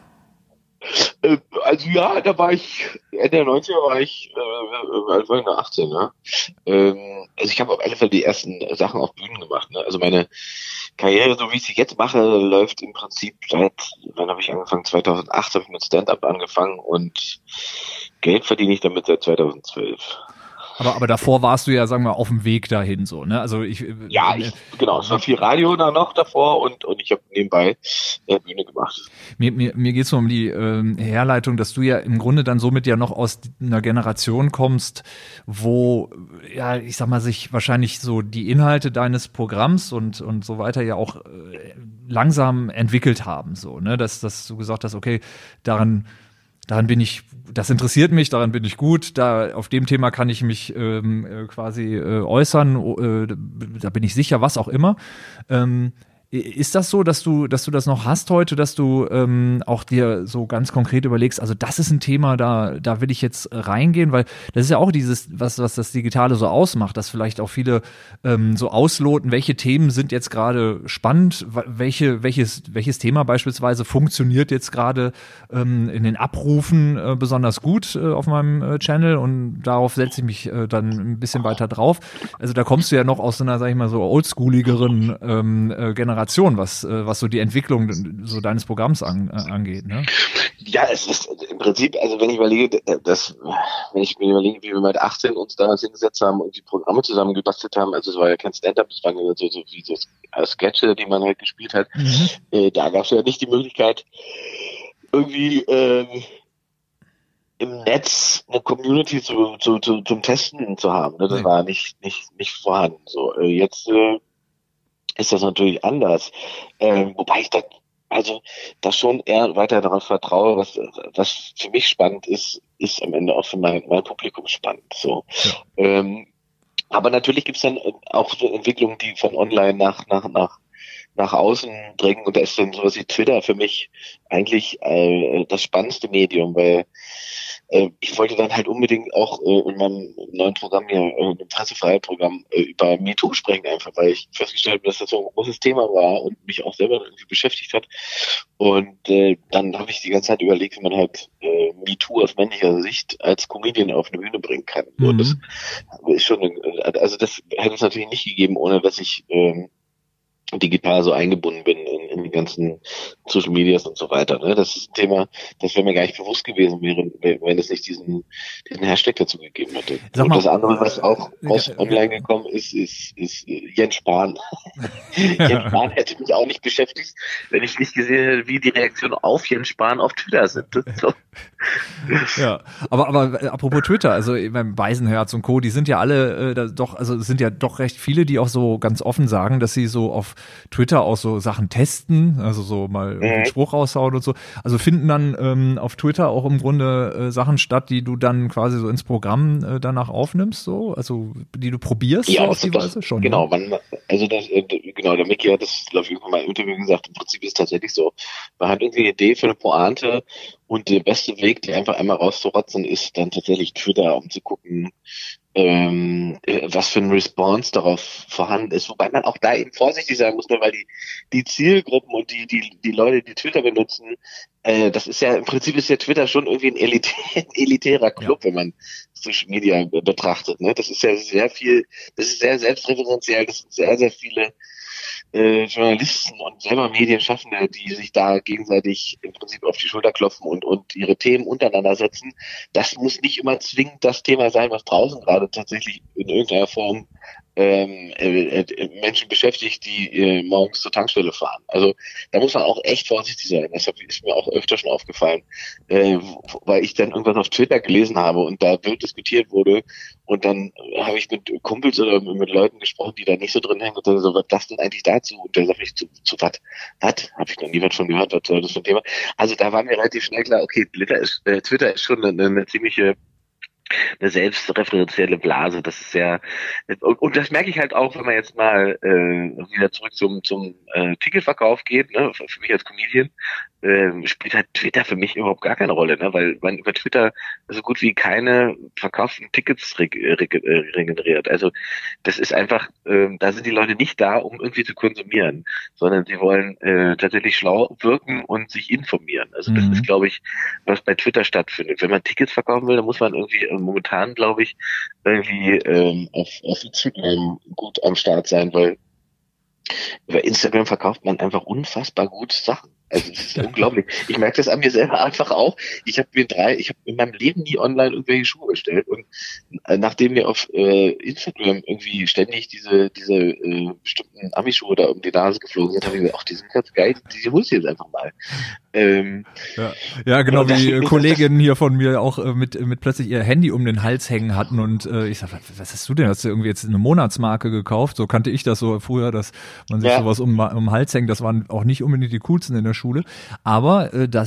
Also ja, da war ich, Ende der 90er war ich 18, ne? Also ich habe auf alle Fälle die ersten Sachen auf Bühnen gemacht, ne? Also meine Karriere, so wie ich sie jetzt mache, läuft im Prinzip wann habe ich angefangen? 2008 habe ich mit Stand-Up angefangen und Geld verdiene ich damit seit 2012. Aber davor warst du ja, sagen wir, auf dem Weg dahin so, ne? Also genau, es war viel Radio da noch davor und ich habe nebenbei Bühne gemacht. Mir geht es um die Herleitung, dass du ja im Grunde dann somit ja noch aus einer Generation kommst, wo, ja, ich sag mal, sich wahrscheinlich so die Inhalte deines Programms und so weiter ja auch langsam entwickelt haben, so, ne? Dass du gesagt hast, okay, daran bin ich, das interessiert mich, daran bin ich gut, auf dem Thema kann ich mich quasi äußern, da bin ich sicher, was auch immer. Ist das so, dass du das noch hast heute, dass du auch dir so ganz konkret überlegst, also das ist ein Thema, da will ich jetzt reingehen, weil das ist ja auch dieses, was das Digitale so ausmacht, dass vielleicht auch viele so ausloten, welche Themen sind jetzt gerade spannend, welches Thema beispielsweise funktioniert jetzt gerade in den Abrufen besonders gut auf meinem Channel und darauf setze ich mich dann ein bisschen weiter drauf. Also da kommst du ja noch aus so einer, sag ich mal, so oldschooligeren Generation, was so die Entwicklung so deines Programms angeht, ne? Ja, es ist im Prinzip, also wenn ich mir überlege, wie wir mit 18 uns damals hingesetzt haben und die Programme zusammengebastelt haben, also es war ja kein Stand-up, es waren so wie so Sketche, die man halt gespielt hat, da gab es ja nicht die Möglichkeit, irgendwie im Netz eine Community zum Testen zu haben. Ne? Das war nicht vorhanden. So, jetzt ist das natürlich anders. Wobei ich da schon eher weiter darauf vertraue, was für mich spannend ist am Ende auch für mein Publikum spannend. So. Ja. Aber natürlich gibt's dann auch so Entwicklungen, die von online nach außen drängen, und da ist dann sowas wie Twitter für mich eigentlich das spannendste Medium, weil ich wollte dann halt unbedingt auch in meinem neuen Programm hier, im Pressefreiheit-Programm, über MeToo sprechen, einfach weil ich festgestellt habe, dass das so ein großes Thema war und mich auch selber irgendwie beschäftigt hat. Und dann habe ich die ganze Zeit überlegt, wie man halt MeToo aus männlicher Sicht als Comedian auf eine Bühne bringen kann. Und das ist schon, also das hätte es natürlich nicht gegeben, ohne dass ich digital so eingebunden bin in die ganzen Social Medias und so weiter. Ne? Das ist ein Thema, das wäre mir gar nicht bewusst gewesen, wenn es nicht diesen Hashtag dazu gegeben hätte. Und das andere, was auch aus online gekommen ist Jens Spahn. Jens Spahn hätte mich auch nicht beschäftigt, wenn ich nicht gesehen hätte, wie die Reaktionen auf Jens Spahn auf Twitter sind. So. Ja, aber apropos Twitter, also beim Beisenherz und Co., die sind ja alle es sind ja doch recht viele, die auch so ganz offen sagen, dass sie so auf Twitter auch so Sachen testen, also so mal einen Spruch raushauen und so. Also finden dann auf Twitter auch im Grunde Sachen statt, die du dann quasi so ins Programm danach aufnimmst, so, also die du probierst, ja, so auf die Weise schon. Genau, ne? Der Micky hat das, glaube ich, mal im Interview gesagt, im Prinzip ist es tatsächlich so. Man hat irgendwie eine Idee für eine Pointe und der beste Weg, die einfach einmal rauszurotzen, ist dann tatsächlich Twitter, um zu gucken, was für ein Response darauf vorhanden ist, wobei man auch da eben vorsichtig sein muss, ne, weil die Zielgruppen und die Leute, die Twitter benutzen, das ist ja, im Prinzip ist ja Twitter schon irgendwie ein elitärer Club, wenn man Social Media betrachtet, ne, das ist ja sehr viel, das ist sehr selbstreferenziell, das sind sehr, sehr viele Journalisten und selber Medienschaffende, die sich da gegenseitig im Prinzip auf die Schulter klopfen und ihre Themen untereinander setzen. Das muss nicht immer zwingend das Thema sein, was draußen gerade tatsächlich in irgendeiner Form Menschen beschäftigt, die morgens zur Tankstelle fahren. Also da muss man auch echt vorsichtig sein. Deshalb ist mir auch öfter schon aufgefallen, weil ich dann irgendwas auf Twitter gelesen habe und da wild diskutiert wurde und dann habe ich mit Kumpels oder mit Leuten gesprochen, die da nicht so drin hängen und dann so, was das denn eigentlich dazu? Und da sage ich zu was? Habe ich noch nie was von gehört, was das für ein Thema? Also da war mir relativ schnell klar, okay, Twitter ist schon eine ziemliche eine selbstreferenzielle Blase, das ist sehr, und das merke ich halt auch, wenn man jetzt mal wieder zurück zum Ticketverkauf geht, ne, für mich als Comedian, spielt halt Twitter für mich überhaupt gar keine Rolle, ne, weil man über Twitter so gut wie keine verkauften Tickets regeneriert. Also das ist einfach, da sind die Leute nicht da, um irgendwie zu konsumieren, sondern sie wollen tatsächlich schlau wirken und sich informieren. Also das ist, glaube ich, was bei Twitter stattfindet. Wenn man Tickets verkaufen will, dann muss man irgendwie momentan, glaube ich, irgendwie auf Instagram gut am Start sein, weil über Instagram verkauft man einfach unfassbar gute Sachen. Also es ist unglaublich. Ich merke das an mir selber einfach auch. Ich habe in meinem Leben nie online irgendwelche Schuhe bestellt und nachdem mir auf Instagram irgendwie ständig diese bestimmten Ami-Schuhe da um die Nase geflogen sind, habe ich gesagt, ach, die sind ganz geil, die hol ich jetzt einfach mal. Ja, genau, wie deswegen Kolleginnen hier von mir auch mit plötzlich ihr Handy um den Hals hängen hatten und ich sag, was hast du denn? Hast du irgendwie jetzt eine Monatsmarke gekauft? So kannte ich das so früher, dass man sich sowas um den Hals hängt. Das waren auch nicht unbedingt die coolsten in der Schule. Aber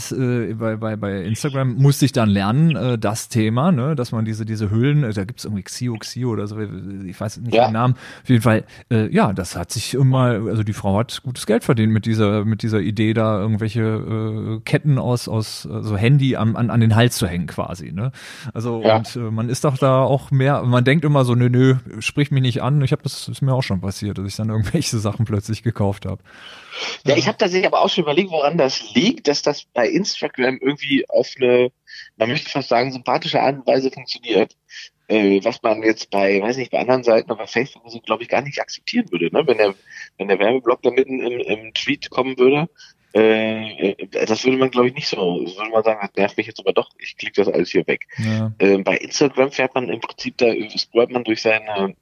bei Instagram musste ich dann lernen, das Thema, ne, dass man diese Hüllen, da gibt's irgendwie Xio oder so, ich weiß nicht den Namen. Auf jeden Fall, das hat sich immer, also die Frau hat gutes Geld verdient mit dieser Idee, da irgendwelche Ketten aus so Handy an den Hals zu hängen quasi, ne? Also und man ist doch da auch mehr, man denkt immer so, nö, sprich mich nicht an. Das ist mir auch schon passiert, dass ich dann irgendwelche Sachen plötzlich gekauft habe. Ja, ich habe tatsächlich aber auch schon überlegt, woran das liegt, dass das bei Instagram irgendwie auf eine, man möchte fast sagen, sympathische Art und Weise funktioniert. Was man jetzt bei anderen Seiten, aber Facebook so, glaube ich, gar nicht akzeptieren würde, ne? Wenn der Werbeblock da mitten im Tweet kommen würde, das würde man, glaube ich, nicht so. Das würde man sagen, das nervt mich jetzt aber doch, ich klicke das alles hier weg. Ja. Bei Instagram fährt man im Prinzip, da scrollt man durch seinen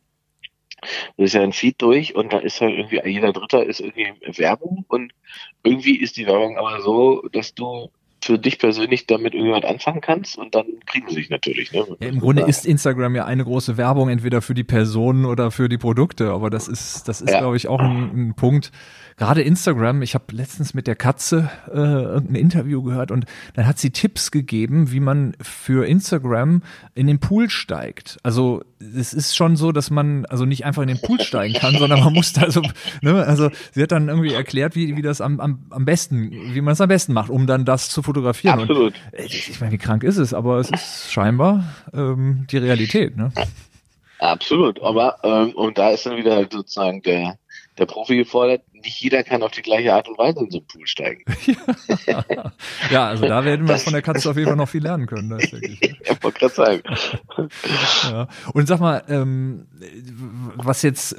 Feed durch und da ist halt irgendwie, jeder Dritter ist irgendwie Werbung und irgendwie ist die Werbung aber so, dass du für dich persönlich damit irgendwas anfangen kannst und dann kriegen sie sich natürlich. Ne? Ja, im Grunde ist Instagram ja eine große Werbung, entweder für die Personen oder für die Produkte, aber das ist glaube ich, auch ein Punkt. Gerade Instagram, ich habe letztens mit der Katze irgendein Interview gehört und dann hat sie Tipps gegeben, wie man für Instagram in den Pool steigt. Also es ist schon so, dass man also nicht einfach in den Pool steigen kann, sondern man muss da so, ne, also sie hat dann irgendwie erklärt, wie das am besten, wie man es am besten macht, um dann das zu fotografieren. Absolut. Und, ich meine, wie krank ist es, aber es ist scheinbar die Realität, ne? Absolut, aber und da ist dann wieder halt sozusagen der Profi gefordert, nicht jeder kann auf die gleiche Art und Weise in so einen Pool steigen. Ja, also da werden wir von der Katze auf jeden Fall noch viel lernen können. Das ist wirklich, ich wollte gerade sagen. Ja. Und sag mal, was jetzt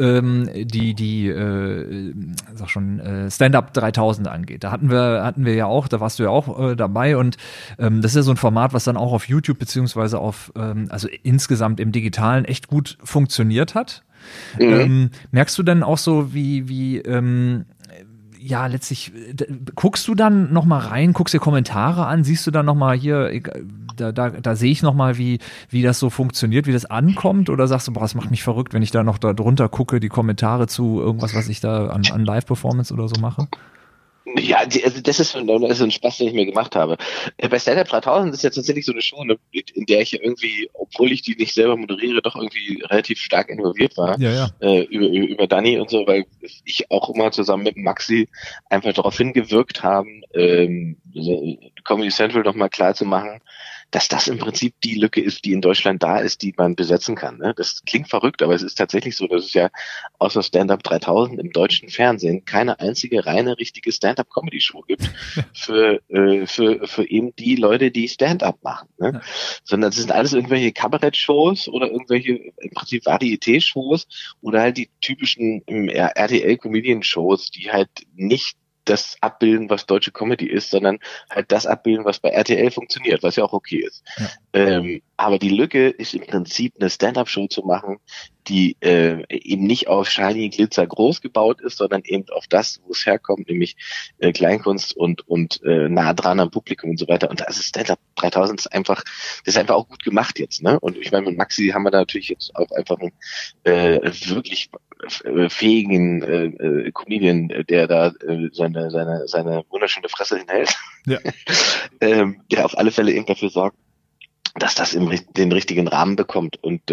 sag schon, Stand-Up 3000 angeht, da hatten wir ja auch, da warst du ja auch dabei und das ist ja so ein Format, was dann auch auf YouTube beziehungsweise also insgesamt im Digitalen echt gut funktioniert hat. Merkst du dann auch so, wie letztlich, guckst du dann noch mal rein, guckst dir Kommentare an, siehst du dann noch mal hier, da sehe ich noch mal, wie das so funktioniert, wie das ankommt, oder sagst du, boah, das macht mich verrückt, wenn ich da noch da drunter gucke, die Kommentare zu irgendwas, was ich da an Live-Performance oder so mache? Ja, also das ist so ein Spaß, den ich mir gemacht habe. Bei Stand-Up 3000 ist ja tatsächlich so eine Show, ne, in der ich irgendwie, obwohl ich die nicht selber moderiere, doch irgendwie relativ stark involviert war. Ja. Über Dani und so, weil ich auch immer zusammen mit Maxi einfach darauf hingewirkt haben, Comedy Central noch mal klar zu machen, dass das im Prinzip die Lücke ist, die in Deutschland da ist, die man besetzen kann. Ne? Das klingt verrückt, aber es ist tatsächlich so, dass es ja außer Stand-Up 3000 im deutschen Fernsehen keine einzige reine, richtige Stand-Up-Comedy-Show gibt für eben die Leute, die Stand-Up machen. Ne? Ja. Sondern es sind alles irgendwelche Kabarett-Shows oder irgendwelche im Prinzip Varieté-Shows oder halt die typischen RTL-Comedian-Shows, die halt nicht das abbilden, was deutsche Comedy ist, sondern halt das abbilden, was bei RTL funktioniert, was ja auch okay ist. Ja. Aber die Lücke ist im Prinzip eine Stand-Up-Show zu machen, die eben nicht auf Shiny Glitzer groß gebaut ist, sondern eben auf das, wo es herkommt, nämlich Kleinkunst und nah dran am Publikum und so weiter. Und das ist Stand-Up 3000 das ist einfach auch gut gemacht jetzt, ne? Und ich meine, mit Maxi haben wir da natürlich jetzt auch einfach einen wirklich fähigen Comedian, der da seine wunderschöne Fresse hinhält, ja. Der auf alle Fälle eben dafür sorgt, dass das den richtigen Rahmen bekommt. Und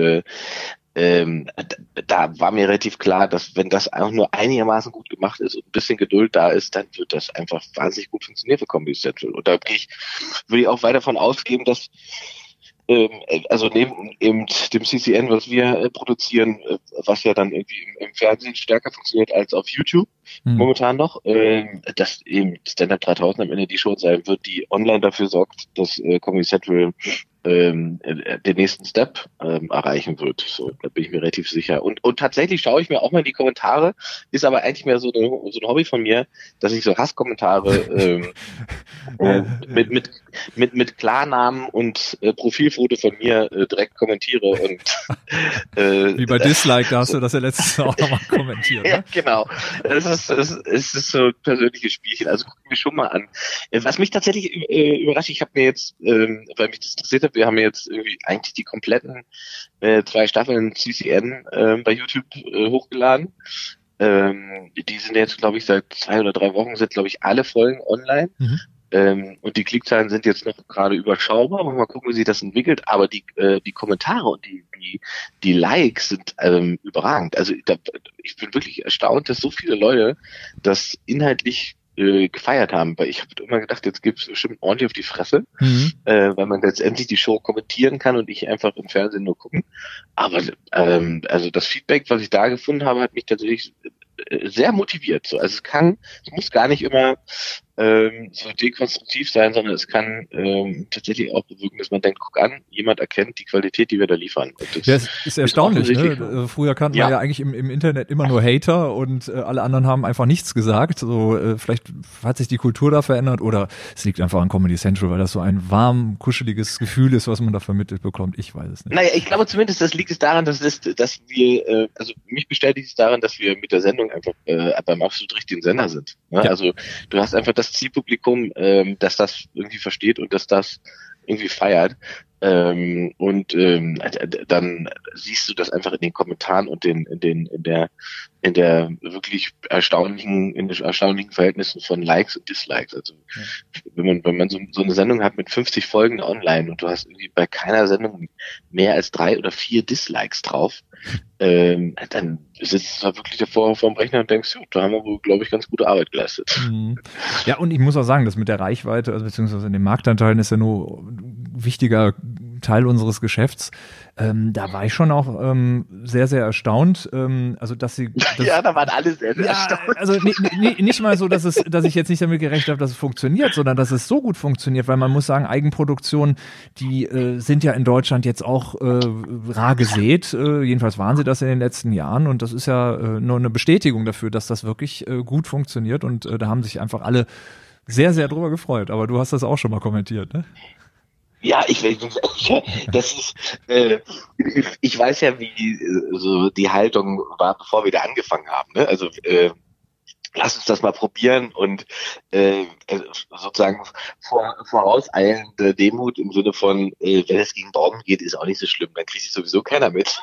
da war mir relativ klar, dass wenn das auch nur einigermaßen gut gemacht ist und ein bisschen Geduld da ist, dann wird das einfach wahnsinnig gut funktionieren für Comedy Central. Und da würde ich auch weiter davon ausgehen, dass also neben eben dem CCN, was wir produzieren, was ja dann irgendwie im Fernsehen stärker funktioniert als auf YouTube, momentan noch, dass eben Stand-Up 3000 am Ende die Show sein wird, die online dafür sorgt, dass Comedy Central den nächsten Step erreichen wird. So, da bin ich mir relativ sicher. Und tatsächlich schaue ich mir auch mal die Kommentare, ist aber eigentlich mehr so ein Hobby von mir, dass ich so Hasskommentare mit Klarnamen und Profilfoto von mir direkt kommentiere und wie bei Dislike, da hast du das ja letztes Mal auch nochmal kommentiert. Ne? Ja, genau. Es ist so ein persönliches Spielchen. Also gucken wir schon mal an. Was mich tatsächlich überrascht, ich habe mir jetzt, weil mich das interessiert hat, wir haben jetzt irgendwie eigentlich die kompletten 2 Staffeln CCN bei YouTube hochgeladen. Die sind jetzt, glaube ich, seit 2 oder 3 Wochen sind, glaube ich, alle Folgen online. Mhm. Und die Klickzahlen sind jetzt noch gerade überschaubar. Mal gucken, wie sich das entwickelt. Aber die Kommentare und die Likes sind überragend. Also ich bin wirklich erstaunt, dass so viele Leute das inhaltlich gefeiert haben, weil ich habe immer gedacht, jetzt gibt's bestimmt ordentlich auf die Fresse, weil man letztendlich die Show kommentieren kann und ich einfach im Fernsehen nur gucken. Aber also das Feedback, was ich da gefunden habe, hat mich tatsächlich sehr motiviert. So, also es muss gar nicht immer so dekonstruktiv sein, sondern es kann tatsächlich auch bewirken, dass man denkt, guck an, jemand erkennt die Qualität, die wir da liefern. Und das ist erstaunlich, ne? Früher kannte man ja eigentlich im Internet immer nur Hater und alle anderen haben einfach nichts gesagt. So vielleicht hat sich die Kultur da verändert oder es liegt einfach an Comedy Central, weil das so ein warm, kuscheliges Gefühl ist, was man da vermittelt bekommt. Ich weiß es nicht. Naja, ich glaube zumindest, das liegt es daran, dass wir, also mich bestätigt es daran, dass wir mit der Sendung einfach beim absolut richtigen Sender sind. Ne? Ja. Also du hast einfach das Zielpublikum, dass das irgendwie versteht und dass das irgendwie feiert. Dann siehst du das einfach in den Kommentaren und in der wirklich erstaunlichen Verhältnissen von Likes und Dislikes. Also wenn man so eine Sendung hat mit 50 Folgen online und du hast irgendwie bei keiner Sendung mehr als 3 oder 4 Dislikes drauf, dann sitzt du da wirklich davor vorm Rechner und denkst, da haben wir wohl, glaube ich, ganz gute Arbeit geleistet. Ja, und ich muss auch sagen, das mit der Reichweite, also beziehungsweise in den Marktanteilen ist ja nur ein wichtiger Teil unseres Geschäfts. Da war ich schon auch sehr, sehr erstaunt. Also, dass sie. Ja, da waren alle sehr, sehr erstaunt. Also nicht mal so, dass ich jetzt nicht damit gerechnet habe, dass es funktioniert, sondern dass es so gut funktioniert, weil man muss sagen, Eigenproduktionen, die sind ja in Deutschland jetzt auch rar gesät. Jedenfalls waren sie das in den letzten Jahren und das ist ja nur eine Bestätigung dafür, dass das wirklich gut funktioniert und da haben sich einfach alle sehr, sehr drüber gefreut. Aber du hast das auch schon mal kommentiert, ne? Ja, ich weiß ja, wie so die Haltung war, bevor wir da angefangen haben. Ne? Also lass uns das mal probieren und sozusagen vorauseilende Demut im Sinne von, wenn es gegen Baum geht, ist auch nicht so schlimm, dann kriegt sich sowieso keiner mit.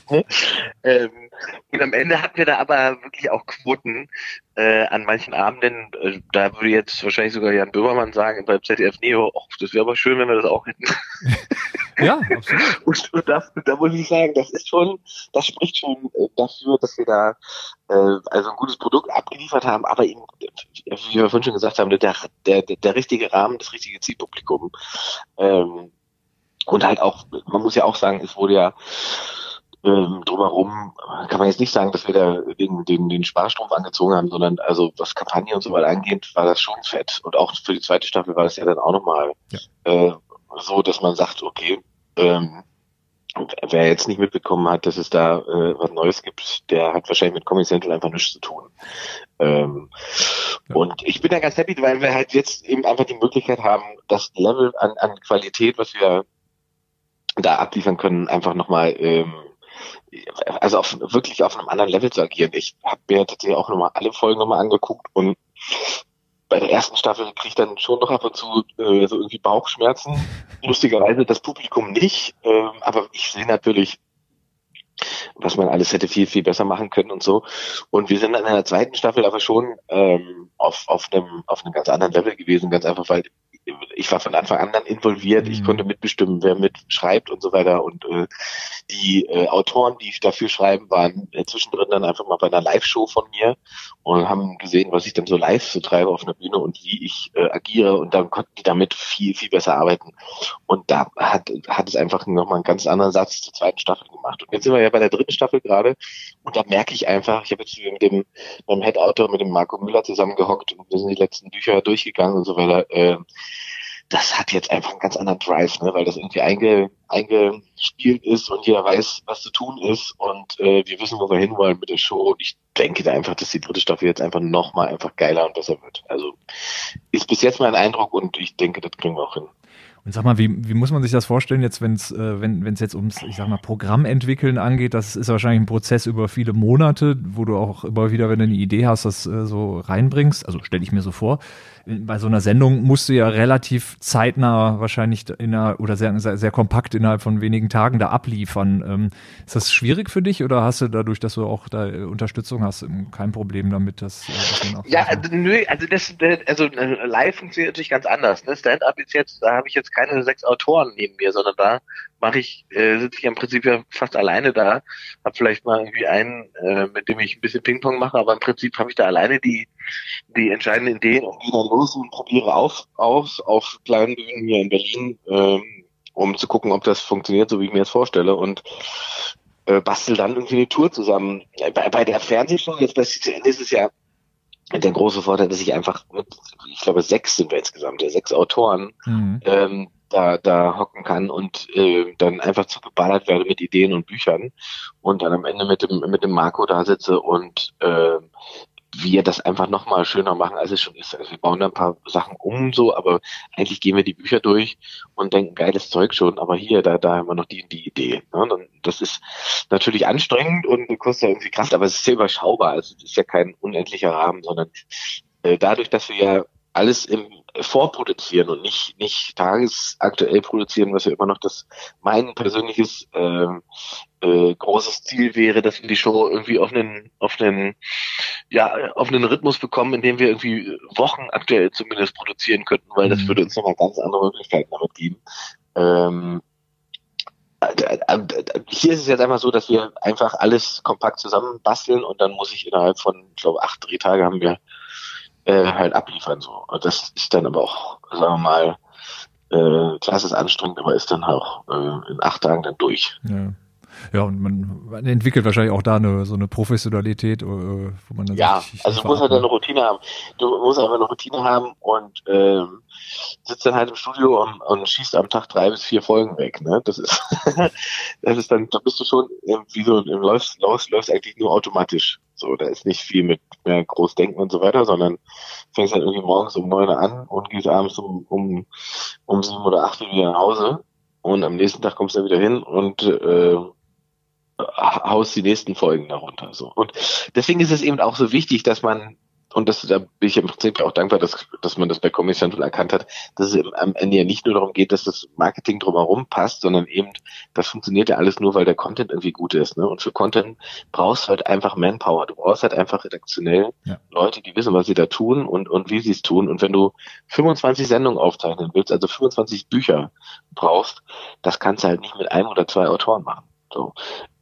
Und am Ende hatten wir da aber wirklich auch Quoten an manchen Abenden, da würde jetzt wahrscheinlich sogar Jan Böhmermann sagen beim ZDF Neo, das wäre aber schön, wenn wir das auch hätten. Ja, absolut. Und da muss ich sagen, das spricht schon dafür, dass wir da also ein gutes Produkt abgeliefert haben, aber eben, wie wir vorhin schon gesagt haben, der richtige Rahmen, das richtige Zielpublikum. Und halt auch, man muss ja auch sagen, es wurde ja drumherum kann man jetzt nicht sagen, dass wir da den Sparstrumpf angezogen haben, sondern also was Kampagne und so weiter angeht, war das schon fett. Und auch für die 2. Staffel war das ja dann auch nochmal so, dass man sagt, okay, wer jetzt nicht mitbekommen hat, dass es da was Neues gibt, der hat wahrscheinlich mit Comedy Central einfach nichts zu tun. Und ich bin da ganz happy, weil wir halt jetzt eben einfach die Möglichkeit haben, das Level an Qualität, was wir da abliefern können, einfach nochmal also wirklich auf einem anderen Level zu agieren. Ich habe mir tatsächlich auch nochmal alle Folgen nochmal angeguckt und bei der 1. Staffel kriege ich dann schon noch ab und zu so irgendwie Bauchschmerzen. Lustigerweise das Publikum nicht, aber ich sehe natürlich, was man alles hätte viel, viel besser machen können und so. Und wir sind dann in der 2. Staffel aber schon auf einem ganz anderen Level gewesen, ganz einfach, weil ich war von Anfang an dann involviert, ich konnte mitbestimmen, wer mitschreibt und so weiter und die Autoren, die dafür schreiben, waren zwischendrin dann einfach mal bei einer Live-Show von mir und haben gesehen, was ich dann so live so treibe auf einer Bühne und wie ich agiere und dann konnten die damit viel, viel besser arbeiten und da hat es einfach nochmal einen ganz anderen Satz zur 2. Staffel gemacht und jetzt sind wir ja bei der 3. Staffel gerade und da merke ich einfach, ich habe jetzt mit dem Head-Autor, mit dem Marco Müller zusammengehockt und wir sind die letzten Bücher durchgegangen und so weiter, das hat jetzt einfach einen ganz anderen Drive, ne, weil das irgendwie eingespielt ist und jeder weiß, was zu tun ist und wir wissen, wo wir hinwollen mit der Show und ich denke da einfach, dass die dritte Staffel jetzt einfach nochmal einfach geiler und besser wird. Also ist bis jetzt mein Eindruck und ich denke, das kriegen wir auch hin. Und sag mal, wie muss man sich das vorstellen, jetzt, wenn es jetzt ums, ich sag mal, Programmentwickeln angeht? Das ist wahrscheinlich ein Prozess über viele Monate, wo du auch immer wieder, wenn du eine Idee hast, das so reinbringst. Also stelle ich mir so vor. Bei so einer Sendung musst du ja relativ zeitnah wahrscheinlich oder sehr, sehr, sehr kompakt innerhalb von wenigen Tagen da abliefern. Ist das schwierig für dich oder hast du dadurch, dass du auch da Unterstützung hast, kein Problem damit, dass man auch nö, also live funktioniert natürlich ganz anders. Ne? Stand-up ist jetzt, da habe ich jetzt keine 6 Autoren neben mir, sondern da sitze ich im Prinzip ja fast alleine da, habe vielleicht mal irgendwie einen, mit dem ich ein bisschen Ping-Pong mache, aber im Prinzip habe ich da alleine die entscheidenden Ideen und gehe dann los und probiere auf kleinen Bühnen hier in Berlin, um zu gucken, ob das funktioniert, so wie ich mir das vorstelle und bastel dann irgendwie eine Tour zusammen. Bei der Fernsehshow, jetzt bei CCN ist es ja der große Vorteil, dass ich einfach ich glaube 6 sind wir insgesamt, 6 Autoren, da hocken kann und dann einfach zu geballert werde mit Ideen und Büchern und dann am Ende mit dem Marco da sitze und wir das einfach nochmal schöner machen, als es schon ist. Also wir bauen da ein paar Sachen so, aber eigentlich gehen wir die Bücher durch und denken, geiles Zeug schon, aber hier, da haben wir noch die Idee. Ne? Das ist natürlich anstrengend und kostet ja irgendwie Kraft, aber es ist sehr überschaubar. Also es ist ja kein unendlicher Rahmen, sondern dadurch, dass wir ja alles vorproduzieren und nicht tagesaktuell produzieren, was ja immer noch mein persönliches großes Ziel wäre, dass wir die Show irgendwie auf einen Rhythmus bekommen, in dem wir irgendwie Wochen aktuell zumindest produzieren könnten, weil das würde uns nochmal ganz andere Möglichkeiten damit geben. Hier ist es jetzt einfach so, dass wir einfach alles kompakt zusammenbasteln und dann muss ich innerhalb von, ich glaube, 8 Drehtage haben wir halt abliefern so. Und das ist dann aber auch, sagen wir mal, klar, es ist anstrengend, aber ist dann auch in 8 Tagen dann durch. Ja, und man entwickelt wahrscheinlich auch da so eine Professionalität, wo man dann also du musst halt eine Routine haben. Du musst einfach eine Routine haben und sitzt dann halt im Studio und schießt am Tag 3 bis 4 Folgen weg. Ne? Das ist dann, da bist du schon wie so läufst eigentlich nur automatisch. So, da ist nicht viel mit mehr Großdenken und so weiter, sondern fängst halt irgendwie morgens um 9 Uhr an und gehst abends um 7 oder 8 Uhr wieder nach Hause und am nächsten Tag kommst du dann wieder hin und haust die nächsten Folgen darunter. So. Und deswegen ist es eben auch so wichtig, dass man, und da bin ich im Prinzip auch dankbar, dass man das bei Comedy Central erkannt hat, dass es am Ende ja nicht nur darum geht, dass das Marketing drumherum passt, sondern eben, das funktioniert ja alles nur, weil der Content irgendwie gut ist. Ne? Und für Content brauchst du halt einfach Manpower. Du brauchst halt einfach redaktionell Leute, die wissen, was sie da tun und wie sie es tun. Und wenn du 25 Sendungen aufzeichnen willst, also 25 Bücher brauchst, das kannst du halt nicht mit 1 oder 2 Autoren machen. So.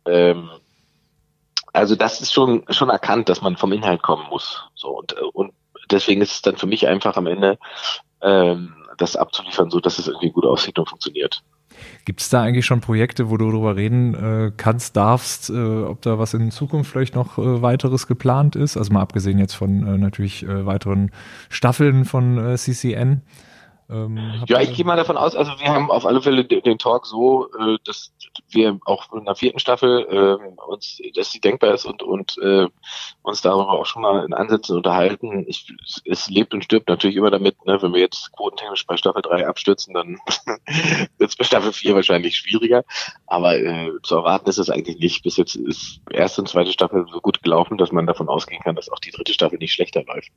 Also das ist schon erkannt, dass man vom Inhalt kommen muss. So und deswegen ist es dann für mich einfach am Ende das abzuliefern, so dass es irgendwie gut aussieht und funktioniert. Gibt es da eigentlich schon Projekte, wo du darüber reden darfst, ob da was in Zukunft vielleicht noch weiteres geplant ist? Also mal abgesehen jetzt von natürlich weiteren Staffeln von CCN. Ich gehe mal davon aus, also wir haben auf alle Fälle den Talk so, dass wir auch in der 4. Staffel dass die denkbar ist und uns darüber auch schon mal in Ansätzen unterhalten. Es lebt und stirbt natürlich immer damit, ne, wenn wir jetzt quotentechnisch bei Staffel 3 abstürzen, dann wird es bei Staffel 4 wahrscheinlich schwieriger. Aber zu erwarten ist es eigentlich nicht. Bis jetzt ist 1. und 2. Staffel so gut gelaufen, dass man davon ausgehen kann, dass auch die 3. Staffel nicht schlechter läuft.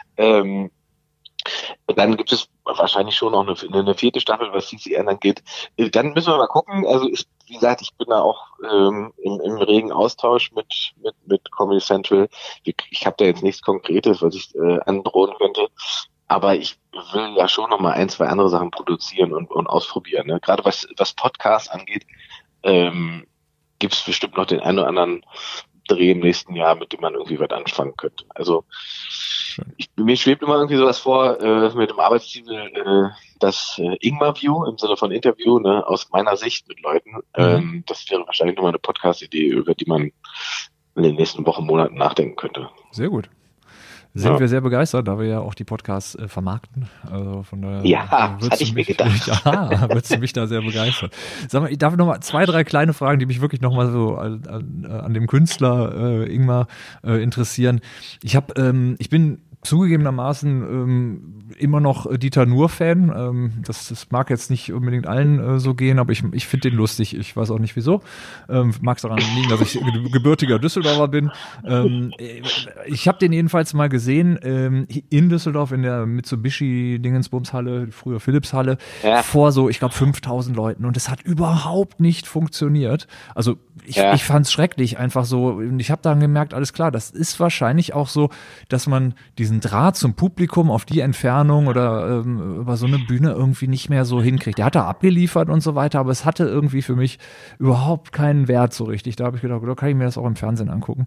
Dann gibt es wahrscheinlich schon noch eine 4. Staffel, was CCN angeht. Dann müssen wir mal gucken. Also wie gesagt, ich bin da auch im regen Austausch mit Comedy Central. Ich habe da jetzt nichts Konkretes, was ich androhen könnte. Aber ich will ja schon noch mal 1, 2 andere Sachen produzieren und ausprobieren. Ne? Gerade was Podcasts angeht, gibt es bestimmt noch den einen oder anderen Dreh im nächsten Jahr, mit dem man irgendwie was anfangen könnte. Also mir schwebt immer irgendwie sowas vor, mit dem Arbeitstitel, das Ingmar-View im Sinne von Interview, ne, aus meiner Sicht mit Leuten. Das wäre wahrscheinlich nochmal eine Podcast-Idee, über die man in den nächsten Wochen, Monaten nachdenken könnte. Sehr gut. Sind wir sehr begeistert, da wir ja auch die Podcasts vermarkten. Also von daher Ja, das hatte ich mir gedacht. Würdest du mich da sehr begeistern. Sag mal, ich darf noch mal 2, 3 kleine Fragen, die mich wirklich noch mal so an dem Künstler Ingmar interessieren. Ich bin zugegebenermaßen immer noch Dieter Nuhr-Fan. Das mag jetzt nicht unbedingt allen so gehen, aber ich finde den lustig. Ich weiß auch nicht wieso. Mag es daran liegen, dass ich gebürtiger Düsseldorfer bin. Ich habe den jedenfalls mal gesehen in Düsseldorf in der Mitsubishi-Dingensbums-Halle, früher Philips-Halle, vor so, ich glaube, 5.000 Leuten. Und es hat überhaupt nicht funktioniert. Also ich fand es schrecklich, einfach so. Und ich habe dann gemerkt, alles klar, das ist wahrscheinlich auch so, dass man diesen Draht zum Publikum auf die Entfernung oder über so eine Bühne irgendwie nicht mehr so hinkriegt. Der hat da abgeliefert und so weiter, aber es hatte irgendwie für mich überhaupt keinen Wert so richtig. Da habe ich gedacht, da kann ich mir das auch im Fernsehen angucken.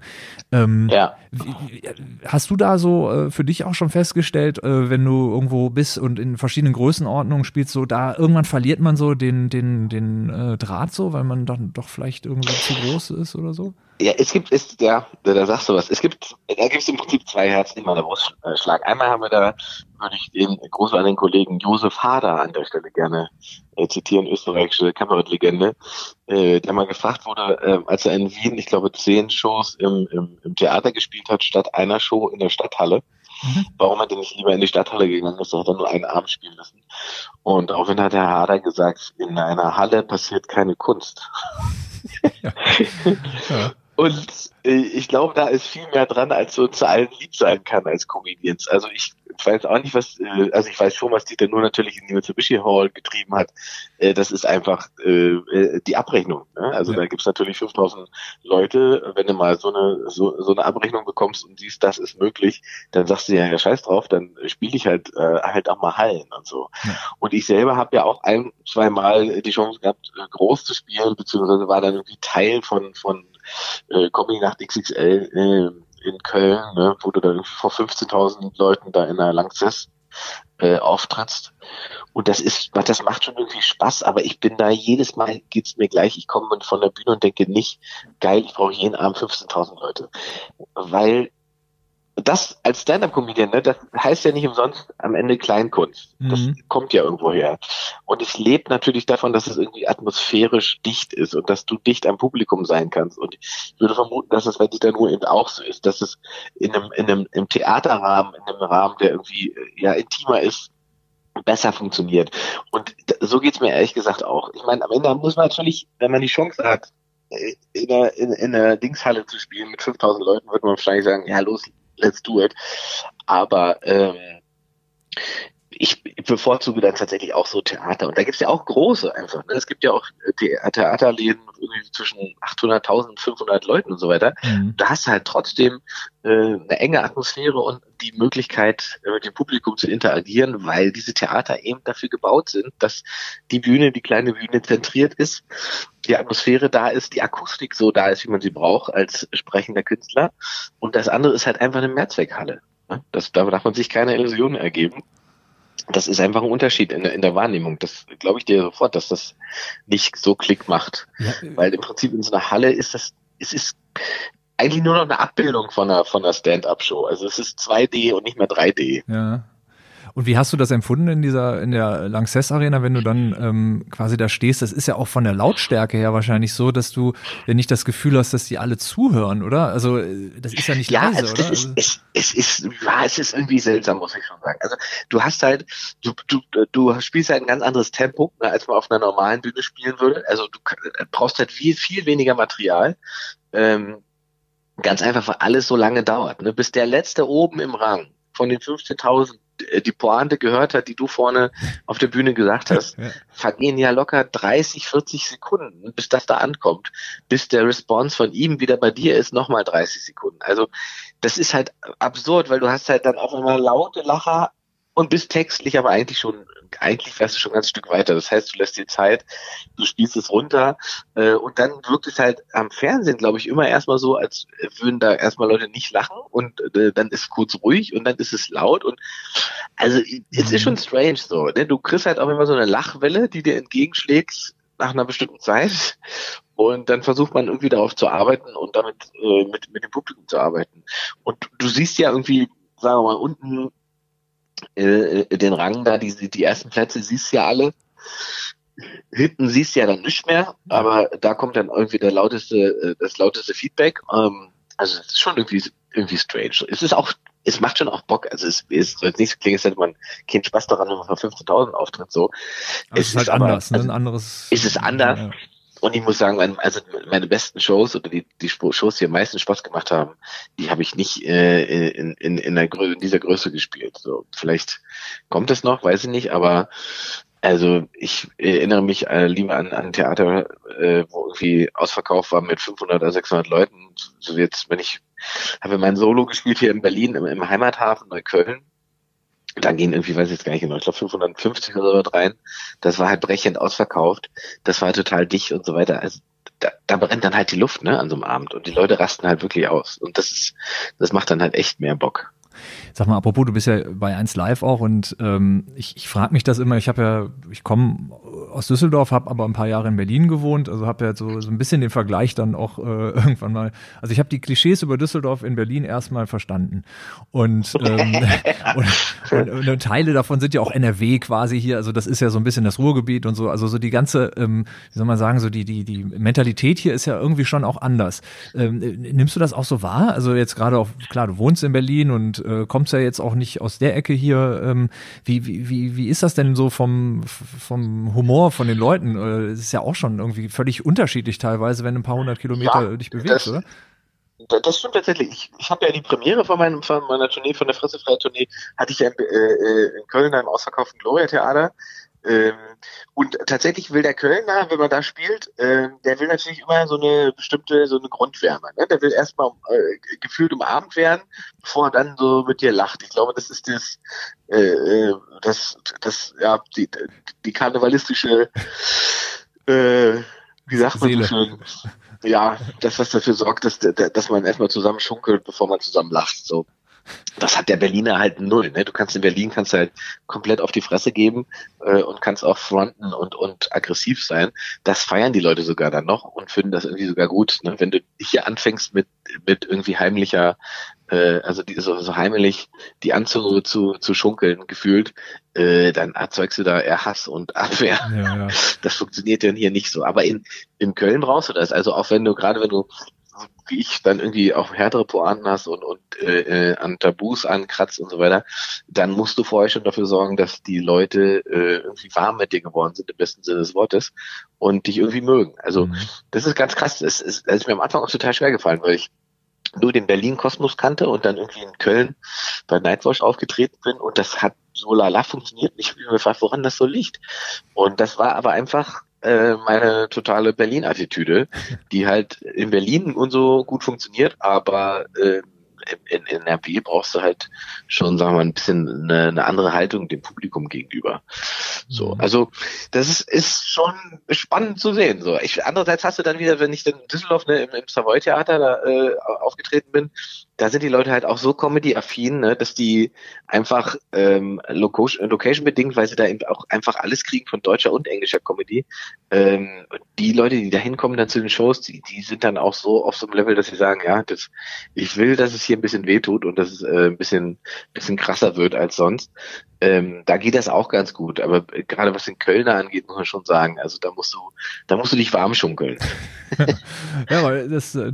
Hast du da so für dich auch schon festgestellt, wenn du irgendwo bist und in verschiedenen Größenordnungen spielst, so da irgendwann verliert man so den Draht so, weil man dann doch vielleicht irgendwie zu groß ist oder so? Ja, da sagst du was. Da gibt es im Prinzip 2 Herzen in meiner Brust schlagen. Einmal haben wir da, würde ich den Gruß an den Kollegen Josef Hader an der Stelle gerne zitieren, österreichische Kabarettlegende, der mal gefragt wurde, als er in Wien, ich glaube, 10 Shows im Theater gespielt hat, statt einer Show in der Stadthalle. Warum er denn nicht lieber in die Stadthalle gegangen ist, da hat er nur einen Abend spielen müssen. Und daraufhin hat der Hader gesagt, in einer Halle passiert keine Kunst. Ja. Und ich glaube, da ist viel mehr dran, als so zu allen lieb sein kann als Comedians. Also ich weiß auch nicht, ich weiß schon, was Dieter Nuhr natürlich in die Mitsubishi Hall getrieben hat. Das ist einfach die Abrechnung. Ne? Also da gibt's natürlich 5.000 Leute. Wenn du mal so eine Abrechnung bekommst und siehst, das ist möglich, dann sagst du ja scheiß drauf, dann spiele ich halt auch mal Hallen und so. Ja. Und ich selber habe ja auch 1-2 Mal die Chance gehabt, groß zu spielen, beziehungsweise war dann irgendwie Teil von Comedy Nacht XXL in Köln, ne, wo du dann vor 15.000 Leuten da in der Lanxess auftrittst. Und das macht schon irgendwie Spaß, aber ich bin da jedes Mal, geht's mir gleich, ich komme von der Bühne und denke nicht, geil, ich brauche jeden Abend 15.000 Leute. Weil das als Stand-Up-Comedian, ne, das heißt ja nicht umsonst am Ende Kleinkunst. Das kommt ja irgendwo her. Und es lebt natürlich davon, dass es irgendwie atmosphärisch dicht ist und dass du dicht am Publikum sein kannst. Und ich würde vermuten, dass es bei Dieter Nuhr eben auch so ist, dass es im Theaterrahmen, in einem Rahmen, der irgendwie intimer ist, besser funktioniert. Und so geht's mir ehrlich gesagt auch. Ich meine, am Ende muss man natürlich, wenn man die Chance hat, in der Dingshalle zu spielen mit 5.000 Leuten, wird man wahrscheinlich sagen, ja los, let's do it. Aber ich bevorzuge dann tatsächlich auch so Theater. Und da gibt's ja auch große einfach. Ne? Es gibt ja auch Theaterläden irgendwie zwischen 800.000 und 500 Leuten und so weiter. Da hast du halt trotzdem eine enge Atmosphäre und die Möglichkeit, mit dem Publikum zu interagieren, weil diese Theater eben dafür gebaut sind, dass die kleine Bühne zentriert ist, die Atmosphäre da ist, die Akustik so da ist, wie man sie braucht als sprechender Künstler. Und das andere ist halt einfach eine Mehrzweckhalle. Ne? Da darf man sich keine Illusionen ergeben. Das ist einfach ein Unterschied in der Wahrnehmung. Das glaube ich dir sofort, dass das nicht so Klick macht. Ja. Weil im Prinzip in so einer Halle es ist eigentlich nur noch eine Abbildung von einer Stand-Up-Show. Also es ist 2D und nicht mehr 3D. Ja. Und wie hast du das empfunden in der Lanxess Arena, wenn du dann quasi da stehst? Das ist ja auch von der Lautstärke her wahrscheinlich so, dass du ja nicht das Gefühl hast, dass die alle zuhören, oder? Also das ist ja nicht leise, also oder? Es ist irgendwie seltsam, muss ich schon sagen. Also du hast halt, du spielst halt ein ganz anderes Tempo, ne, als man auf einer normalen Bühne spielen würde. Also du brauchst halt viel weniger Material. Ganz einfach, weil alles so lange dauert. Ne? Bis der Letzte oben im Rang von den 15.000 die Pointe gehört hat, die du vorne auf der Bühne gesagt hast, vergehen ja locker 30, 40 Sekunden, bis das da ankommt. Bis der Response von ihm wieder bei dir ist, nochmal 30 Sekunden. Also das ist halt absurd, weil du hast halt dann auch immer laute Lacher und bist textlich aber eigentlich wärst du schon ein ganzes Stück weiter. Das heißt, du lässt dir Zeit, du spielst es runter und dann wirkt es halt am Fernsehen, glaube ich, immer erstmal so, als würden da erstmal Leute nicht lachen und dann ist kurz ruhig und dann ist es laut und also es ist schon strange so. Ne? Du kriegst halt auch immer so eine Lachwelle, die dir entgegenschlägt nach einer bestimmten Zeit und dann versucht man irgendwie darauf zu arbeiten und damit mit dem Publikum zu arbeiten. Und du siehst ja irgendwie sagen wir mal, unten den Rang da, die ersten Plätze siehst du ja alle. Hinten siehst du ja dann nicht mehr, aber da kommt dann irgendwie das lauteste Feedback. Also es ist schon irgendwie strange. Es macht schon auch Bock. Also es soll jetzt nicht so klingen, als hätte man keinen Spaß daran, wenn man vor 15.000 auftritt. So. Aber es ist halt anders, ne? Ein anderes. Es ist anders. Ja. Und ich muss sagen, meine besten Shows oder die Shows, die am meisten Spaß gemacht haben, die habe ich nicht in dieser Größe gespielt. So, vielleicht kommt es noch, weiß ich nicht, aber also ich erinnere mich lieber an Theater, wo irgendwie ausverkauft war mit 500 oder 600 Leuten. So jetzt, habe mein Solo gespielt hier in Berlin im Heimathafen Neukölln. Dann gehen irgendwie, weiß ich jetzt gar nicht genau, ich glaube 550 oder so rein. Das war halt brechend ausverkauft. Das war total dicht und so weiter. Also da brennt dann halt die Luft, ne, an so einem Abend. Und die Leute rasten halt wirklich aus. Und das macht dann halt echt mehr Bock. Sag mal, apropos, du bist ja bei 1 Live auch und ich frage mich das immer, ich komme aus Düsseldorf, habe aber ein paar Jahre in Berlin gewohnt, also habe ja so ein bisschen den Vergleich dann auch irgendwann mal, also ich habe die Klischees über Düsseldorf in Berlin erstmal verstanden und Teile davon sind ja auch NRW quasi hier, also das ist ja so ein bisschen das Ruhrgebiet und so, also so die ganze, wie soll man sagen, so die Mentalität hier ist ja irgendwie schon auch anders. Nimmst du das auch so wahr? Also jetzt gerade auch, klar, du wohnst in Berlin und kommst ja jetzt auch nicht aus der Ecke hier. Wie ist das denn so vom Humor von den Leuten? Es ist ja auch schon irgendwie völlig unterschiedlich teilweise, wenn du ein paar 100 Kilometer dich bewegst, oder? Das stimmt tatsächlich. Ich habe ja die Premiere von meiner Tournee, von der Fressefreie Tournee, hatte ich ja in Köln im ausverkauften Gloria Theater. Und tatsächlich will der Kölner, wenn man da spielt, der will natürlich immer so eine Grundwärme. Ne? Der will erstmal gefühlt umarmt werden, bevor er dann so mit dir lacht. Ich glaube, das ist die karnevalistische, wie sagt man so schön, ja, das, was dafür sorgt, dass man erstmal zusammen schunkelt, bevor man zusammen lacht. So. Das hat der Berliner halt null, ne? Du kannst in Berlin halt komplett auf die Fresse geben und kannst auch fronten und aggressiv sein. Das feiern die Leute sogar dann noch und finden das irgendwie sogar gut, ne? Wenn du hier anfängst mit irgendwie heimlicher, so heimlich die Anzunge zu schunkeln gefühlt, dann erzeugst du da eher Hass und Abwehr. Ja. Das funktioniert ja hier nicht so. Aber in Köln brauchst du das. Also auch wenn du wie ich dann irgendwie auch härtere Pointen hast und an Tabus ankratzt und so weiter, dann musst du vorher schon dafür sorgen, dass die Leute irgendwie warm mit dir geworden sind, im besten Sinne des Wortes, und dich irgendwie mögen. Also das ist ganz krass. Das ist mir am Anfang auch total schwer gefallen, weil ich nur den Berlin-Kosmos kannte und dann irgendwie in Köln bei Nightwatch aufgetreten bin und das hat so lala funktioniert. Ich habe mich gefragt, woran das so liegt. Und das war aber einfach meine totale Berlin-Attitüde, die halt in Berlin und so gut funktioniert, aber in NRW brauchst du halt schon, sagen wir mal, ein bisschen eine andere Haltung dem Publikum gegenüber. So, also das ist schon spannend zu sehen. So, andererseits hast du dann wieder, wenn ich dann in Düsseldorf im Savoy Theater da aufgetreten bin, da sind die Leute halt auch so Comedy-affin, ne, dass die einfach Location bedingt, weil sie da eben auch einfach alles kriegen von deutscher und englischer Comedy. Die Leute, die da hinkommen dann zu den Shows, die sind dann auch so auf so einem Level, dass sie sagen, ja, ich will, dass es hier ein bisschen wehtut und dass es ein bisschen krasser wird als sonst. Da geht das auch ganz gut, aber gerade was den Kölner angeht, muss man schon sagen, also da musst du dich warm schunkeln. Ja, weil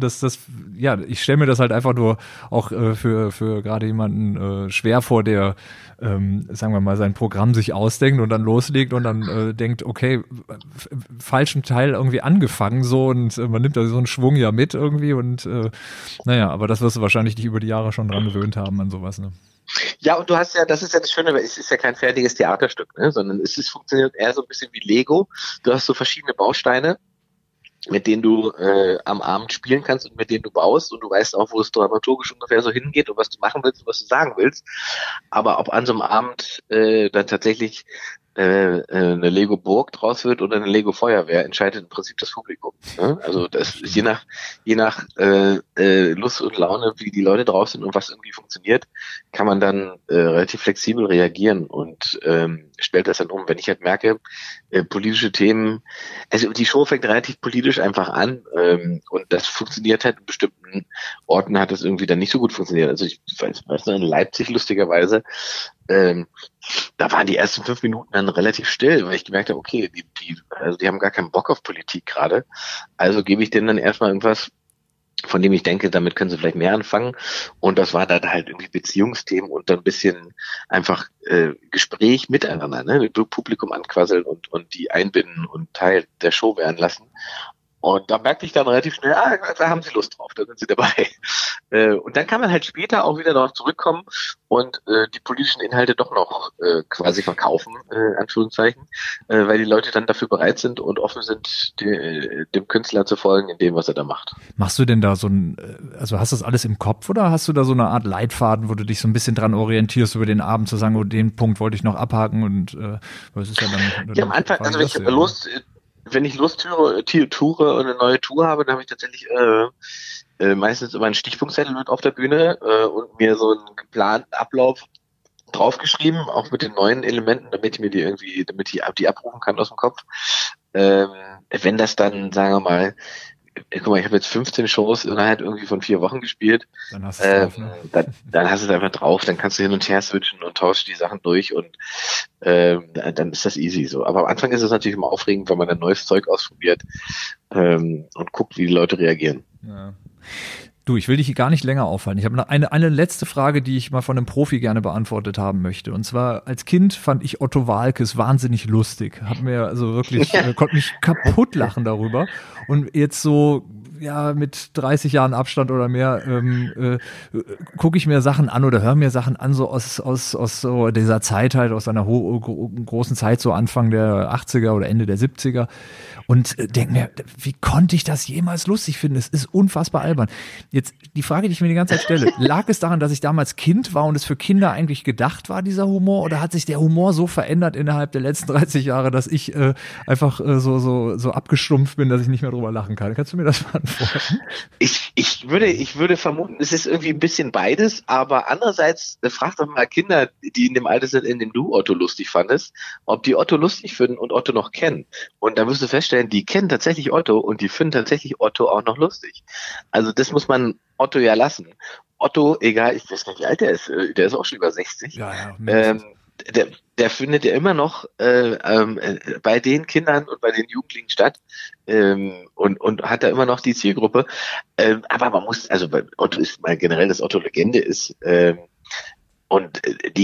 ich stelle mir das halt einfach nur auch für gerade jemanden schwer vor, der sagen wir mal sein Programm sich ausdenkt und dann loslegt und dann denkt, okay, falschen Teil irgendwie angefangen so und man nimmt da so einen Schwung ja mit irgendwie und aber das wirst du wahrscheinlich dich über die Jahre schon dran gewöhnt haben an sowas, ne? Ja, und das ist ja das Schöne, weil es ist ja kein fertiges Theaterstück, ne, sondern es funktioniert eher so ein bisschen wie Lego. Du hast so verschiedene Bausteine, mit denen du am Abend spielen kannst und mit denen du baust und du weißt auch, wo es dramaturgisch ungefähr so hingeht und was du machen willst und was du sagen willst. Aber ob an so einem Abend dann tatsächlich eine Lego-Burg draus wird oder eine Lego-Feuerwehr, entscheidet im Prinzip das Publikum. Ne? Also das ist je nach Lust und Laune, wie die Leute drauf sind und was irgendwie funktioniert, kann man dann relativ flexibel reagieren und stellt das dann um. Wenn ich halt merke, politische Themen, also die Show fängt relativ politisch einfach an und das funktioniert halt in bestimmten Orten, hat das irgendwie dann nicht so gut funktioniert. Also ich weiß noch, in Leipzig lustigerweise, da waren die ersten 5 Minuten dann relativ still, weil ich gemerkt habe, okay, die haben gar keinen Bock auf Politik gerade. Also gebe ich denen dann erstmal irgendwas, von dem ich denke, damit können sie vielleicht mehr anfangen. Und das war dann halt irgendwie Beziehungsthemen und dann ein bisschen einfach Gespräch miteinander, ne? Publikum anquasseln und die einbinden und Teil der Show werden lassen. Und da merkte ich dann relativ schnell, da haben sie Lust drauf, da sind sie dabei. Und dann kann man halt später auch wieder darauf zurückkommen und die politischen Inhalte doch noch quasi verkaufen, Anführungszeichen, weil die Leute dann dafür bereit sind und offen sind, dem Künstler zu folgen in dem, was er da macht. Machst du denn da also hast du das alles im Kopf oder hast du da so eine Art Leitfaden, wo du dich so ein bisschen dran orientierst über den Abend, zu sagen, oh, den Punkt wollte ich noch abhaken und was ist ja dann... Ja, am Anfang, also wenn ich Toure und eine neue Tour habe, dann habe ich tatsächlich meistens immer einen Stichpunktzettel mit auf der Bühne und mir so einen geplanten Ablauf draufgeschrieben, auch mit den neuen Elementen, damit ich die abrufen kann aus dem Kopf. Wenn das dann, sagen wir mal, guck mal, ich habe jetzt 15 Shows innerhalb irgendwie von 4 Wochen gespielt. Dann hast du es drauf, ne? Dann hast du es einfach drauf, dann kannst du hin und her switchen und tauschst die Sachen durch und dann ist das easy so. Aber am Anfang ist es natürlich immer aufregend, wenn man dann neues Zeug ausprobiert und guckt, wie die Leute reagieren. Ja. Du, ich will dich gar nicht länger aufhalten. Ich habe noch eine letzte Frage, die ich mal von einem Profi gerne beantwortet haben möchte. Und zwar, als Kind fand ich Otto Waalkes wahnsinnig lustig. Hat mir also wirklich, konnte mich kaputt lachen darüber. Und jetzt so, ja, mit 30 Jahren Abstand oder mehr, gucke ich mir Sachen an oder höre mir Sachen an, so aus so dieser Zeit halt, aus einer großen Zeit, so Anfang der 80er oder Ende der 70er. Und denke mir, wie konnte ich das jemals lustig finden? Es ist unfassbar albern. Jetzt die Frage, die ich mir die ganze Zeit stelle, lag es daran, dass ich damals Kind war und es für Kinder eigentlich gedacht war, dieser Humor? Oder hat sich der Humor so verändert innerhalb der letzten 30 Jahre, dass ich einfach so abgestumpft bin, dass ich nicht mehr drüber lachen kann? Kannst du mir das beantworten? Ich würde vermuten, es ist irgendwie ein bisschen beides, aber andererseits, frag doch mal Kinder, die in dem Alter sind, in dem du Otto lustig fandest, ob die Otto lustig finden und Otto noch kennen. Und da wirst du feststellen, die kennen tatsächlich Otto und die finden tatsächlich Otto auch noch lustig. Also das muss man Otto ja lassen. Otto, egal, ich weiß nicht, wie alt der ist auch schon über 60. Ja, der findet ja immer noch bei den Kindern und bei den Jugendlichen statt und hat da immer noch die Zielgruppe. Aber man muss, also bei Otto ist mal generell, dass Otto Legende ist. Und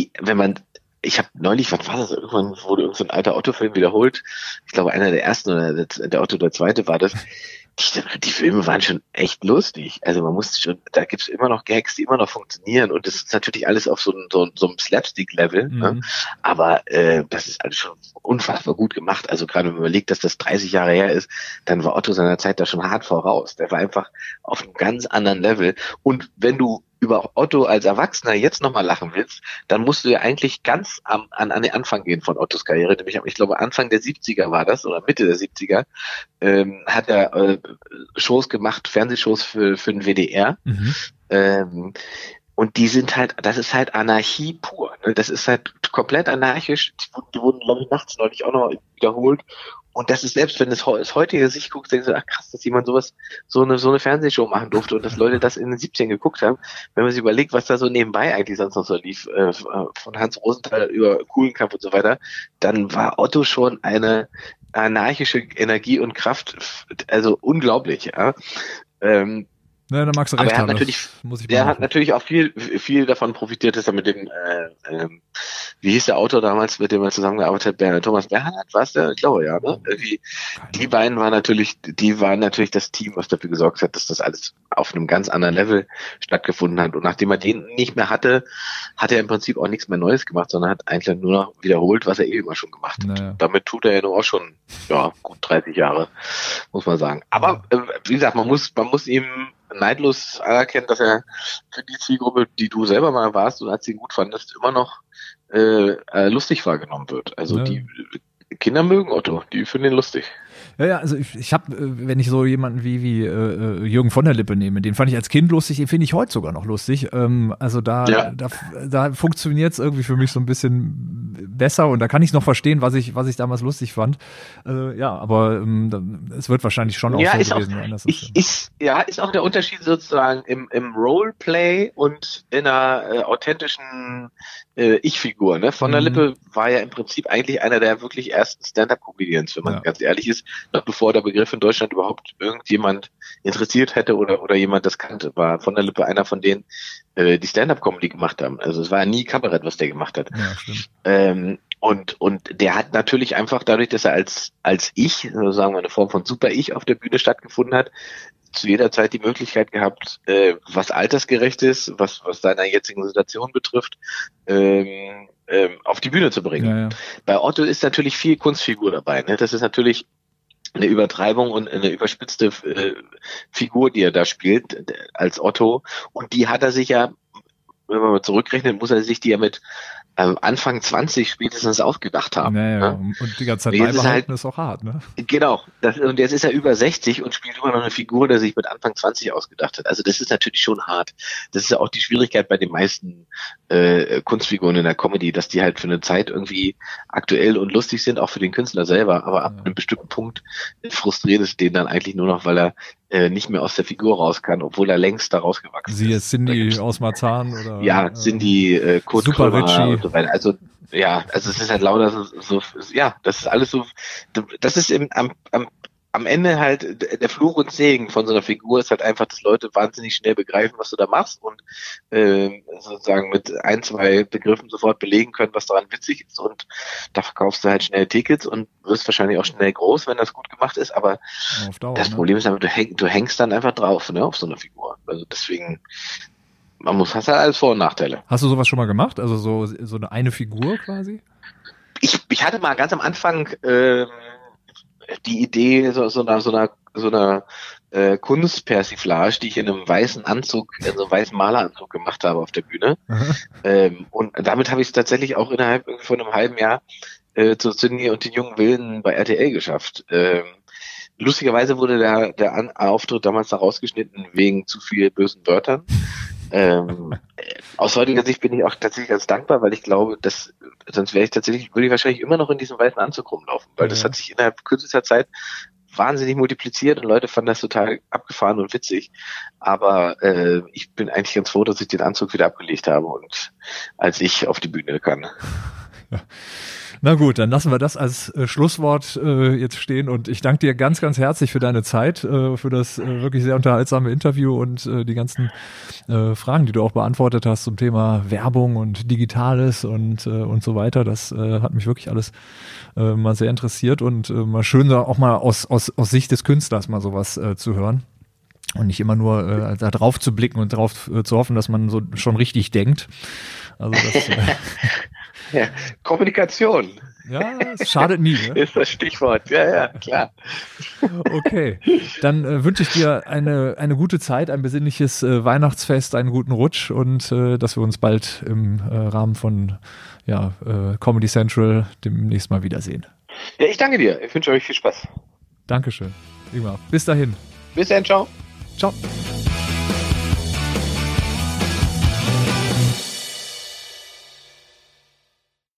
ich habe neulich, was war das? Irgendwann wurde irgend so ein alter Otto-Film wiederholt. Ich glaube, einer der ersten oder der Otto der zweite war das. Die Filme waren schon echt lustig. Also man muss schon, da gibt's immer noch Gags, die immer noch funktionieren und das ist natürlich alles auf so einem Slapstick-Level. Mhm. Ne? Aber das ist alles schon unfassbar gut gemacht. Also gerade wenn man überlegt, dass das 30 Jahre her ist, dann war Otto seiner Zeit da schon hart voraus. Der war einfach auf einem ganz anderen Level. Und wenn du über Otto als Erwachsener jetzt nochmal lachen willst, dann musst du ja eigentlich ganz an den Anfang gehen von Ottos Karriere. Nämlich, ich glaube, Anfang der 70er war das, oder Mitte der 70er, hat er Shows gemacht, Fernsehshows für den WDR. Mhm. Und die sind halt, das ist halt Anarchie pur. Ne? Das ist halt komplett anarchisch. Die wurden, glaube ich, nachts neulich auch noch wiederholt. Und das ist, selbst wenn es aus heutiger Sicht guckst, denkst du, ach krass, dass jemand so eine Fernsehshow machen durfte und dass Leute das in den 70ern geguckt haben. Wenn man sich überlegt, was da so nebenbei eigentlich sonst noch so lief, von Hans Rosenthal über Kuhlenkampf und so weiter, dann war Otto schon eine anarchische Energie und Kraft, also unglaublich, ja. Ja, da magst du recht haben. Der hat natürlich auch viel davon profitiert, dass er mit dem, wie hieß der Autor damals, mit dem er zusammengearbeitet hat, Thomas Bernhard, war es der? Ich glaube, ja, ne? Die beiden waren natürlich das Team, was dafür gesorgt hat, dass das alles auf einem ganz anderen Level stattgefunden hat. Und nachdem er den nicht mehr hatte, hat er im Prinzip auch nichts mehr Neues gemacht, sondern hat eigentlich nur noch wiederholt, was er immer schon gemacht hat. Naja. Damit tut er ja nur auch schon, ja, gut 30 Jahre, muss man sagen. Aber, wie gesagt, man muss ihm neidlos anerkennen, dass er für die Zielgruppe, die du selber mal warst und als sie ihn gut fandest, immer noch lustig wahrgenommen wird. Also Ja. die Kinder mögen Otto, die finden ihn lustig. Ja, also ich habe, wenn ich so jemanden wie Jürgen von der Lippe nehme, den fand ich als Kind lustig, den finde ich heute sogar noch lustig. Also da funktioniert es irgendwie für mich so ein bisschen besser und da kann ich noch verstehen, was ich damals lustig fand. Aber es wird wahrscheinlich schon auch so gewesen sein. Ist auch der Unterschied sozusagen im Roleplay und in einer authentischen Ich-Figur. Ne? Von der Lippe war ja im Prinzip eigentlich einer der wirklich ersten Stand-Up-Comedians, wenn man ganz ehrlich ist, noch bevor der Begriff in Deutschland überhaupt irgendjemand interessiert hätte oder jemand das kannte, war von der Lippe einer von denen, die Stand-Up-Comedy gemacht haben. Also es war ja nie Kabarett, was der gemacht hat. Ja, stimmt. Und der hat natürlich einfach dadurch, dass er als Ich, sagen wir eine Form von Super-Ich auf der Bühne stattgefunden hat, zu jeder Zeit die Möglichkeit gehabt, was altersgerecht ist, was seiner jetzigen Situation betrifft, auf die Bühne zu bringen. Ja. Bei Otto ist natürlich viel Kunstfigur dabei. Ne? Das ist natürlich eine Übertreibung und eine überspitzte Figur, die er da spielt als Otto. Und die hat er sich ja, wenn man mal zurückrechnet, muss er sich die ja mit Anfang 20 spätestens ausgedacht haben. Naja, ne? Und die ganze Zeit beibehalten ist auch hart, ne? Genau. Und jetzt ist er über 60 und spielt immer noch eine Figur, der sich mit Anfang 20 ausgedacht hat. Also das ist natürlich schon hart. Das ist ja auch die Schwierigkeit bei den meisten Kunstfiguren in der Comedy, dass die halt für eine Zeit irgendwie aktuell und lustig sind, auch für den Künstler selber. Aber ab einem bestimmten Punkt frustriert es den dann eigentlich nur noch, weil er nicht mehr aus der Figur raus kann, obwohl er längst da rausgewachsen ist. Siehe Cindy aus Marzahn oder Cindy, Kurt Super Krömer Ritchie und so weiter. Also es ist halt lauter das ist alles so, das ist am Ende halt der Fluch und Segen von so einer Figur ist halt einfach, dass Leute wahnsinnig schnell begreifen, was du da machst und sozusagen mit 1, 2 Begriffen sofort belegen können, was daran witzig ist und da verkaufst du halt schnell Tickets und wirst wahrscheinlich auch schnell groß, wenn das gut gemacht ist, aber auf Dauer, das Problem ist einfach, du hängst dann einfach drauf, ne, auf so eine Figur. Also deswegen hast halt alles Vor- und Nachteile. Hast du sowas schon mal gemacht? Also so eine Figur quasi? Ich hatte mal ganz am Anfang die Idee so einer Kunstpersiflage, die ich in einem weißen Anzug, in so einem weißen Maleranzug gemacht habe auf der Bühne. Und damit habe ich es tatsächlich auch innerhalb von einem halben Jahr zu Cindy und den jungen Wilden bei RTL geschafft. Lustigerweise wurde der Auftritt damals da rausgeschnitten wegen zu viel bösen Wörtern. Aus heutiger Sicht bin ich auch tatsächlich ganz dankbar, weil ich glaube, dass sonst würde ich wahrscheinlich immer noch in diesem weißen Anzug rumlaufen, weil das hat sich innerhalb kürzester Zeit wahnsinnig multipliziert und Leute fanden das total abgefahren und witzig. Aber ich bin eigentlich ganz froh, dass ich den Anzug wieder abgelegt habe und als ich auf die Bühne kann. Ja. Na gut, dann lassen wir das als Schlusswort jetzt stehen und ich danke dir ganz, ganz herzlich für deine Zeit, für das wirklich sehr unterhaltsame Interview und die ganzen Fragen, die du auch beantwortet hast zum Thema Werbung und Digitales und so weiter. Das hat mich wirklich alles mal sehr interessiert und mal schön auch mal aus Sicht des Künstlers mal sowas zu hören. Und nicht immer nur da drauf zu blicken und darauf zu hoffen, dass man so schon richtig denkt. Also das ja, Kommunikation. Ja, es schadet nie. Ne? Ist das Stichwort. Ja, klar. Okay, dann wünsche ich dir eine gute Zeit, ein besinnliches Weihnachtsfest, einen guten Rutsch und dass wir uns bald im Rahmen von Comedy Central demnächst mal wiedersehen. Ja, ich danke dir. Ich wünsche euch viel Spaß. Dankeschön. Ingmar, bis dahin. Bis dann, ciao. Ciao.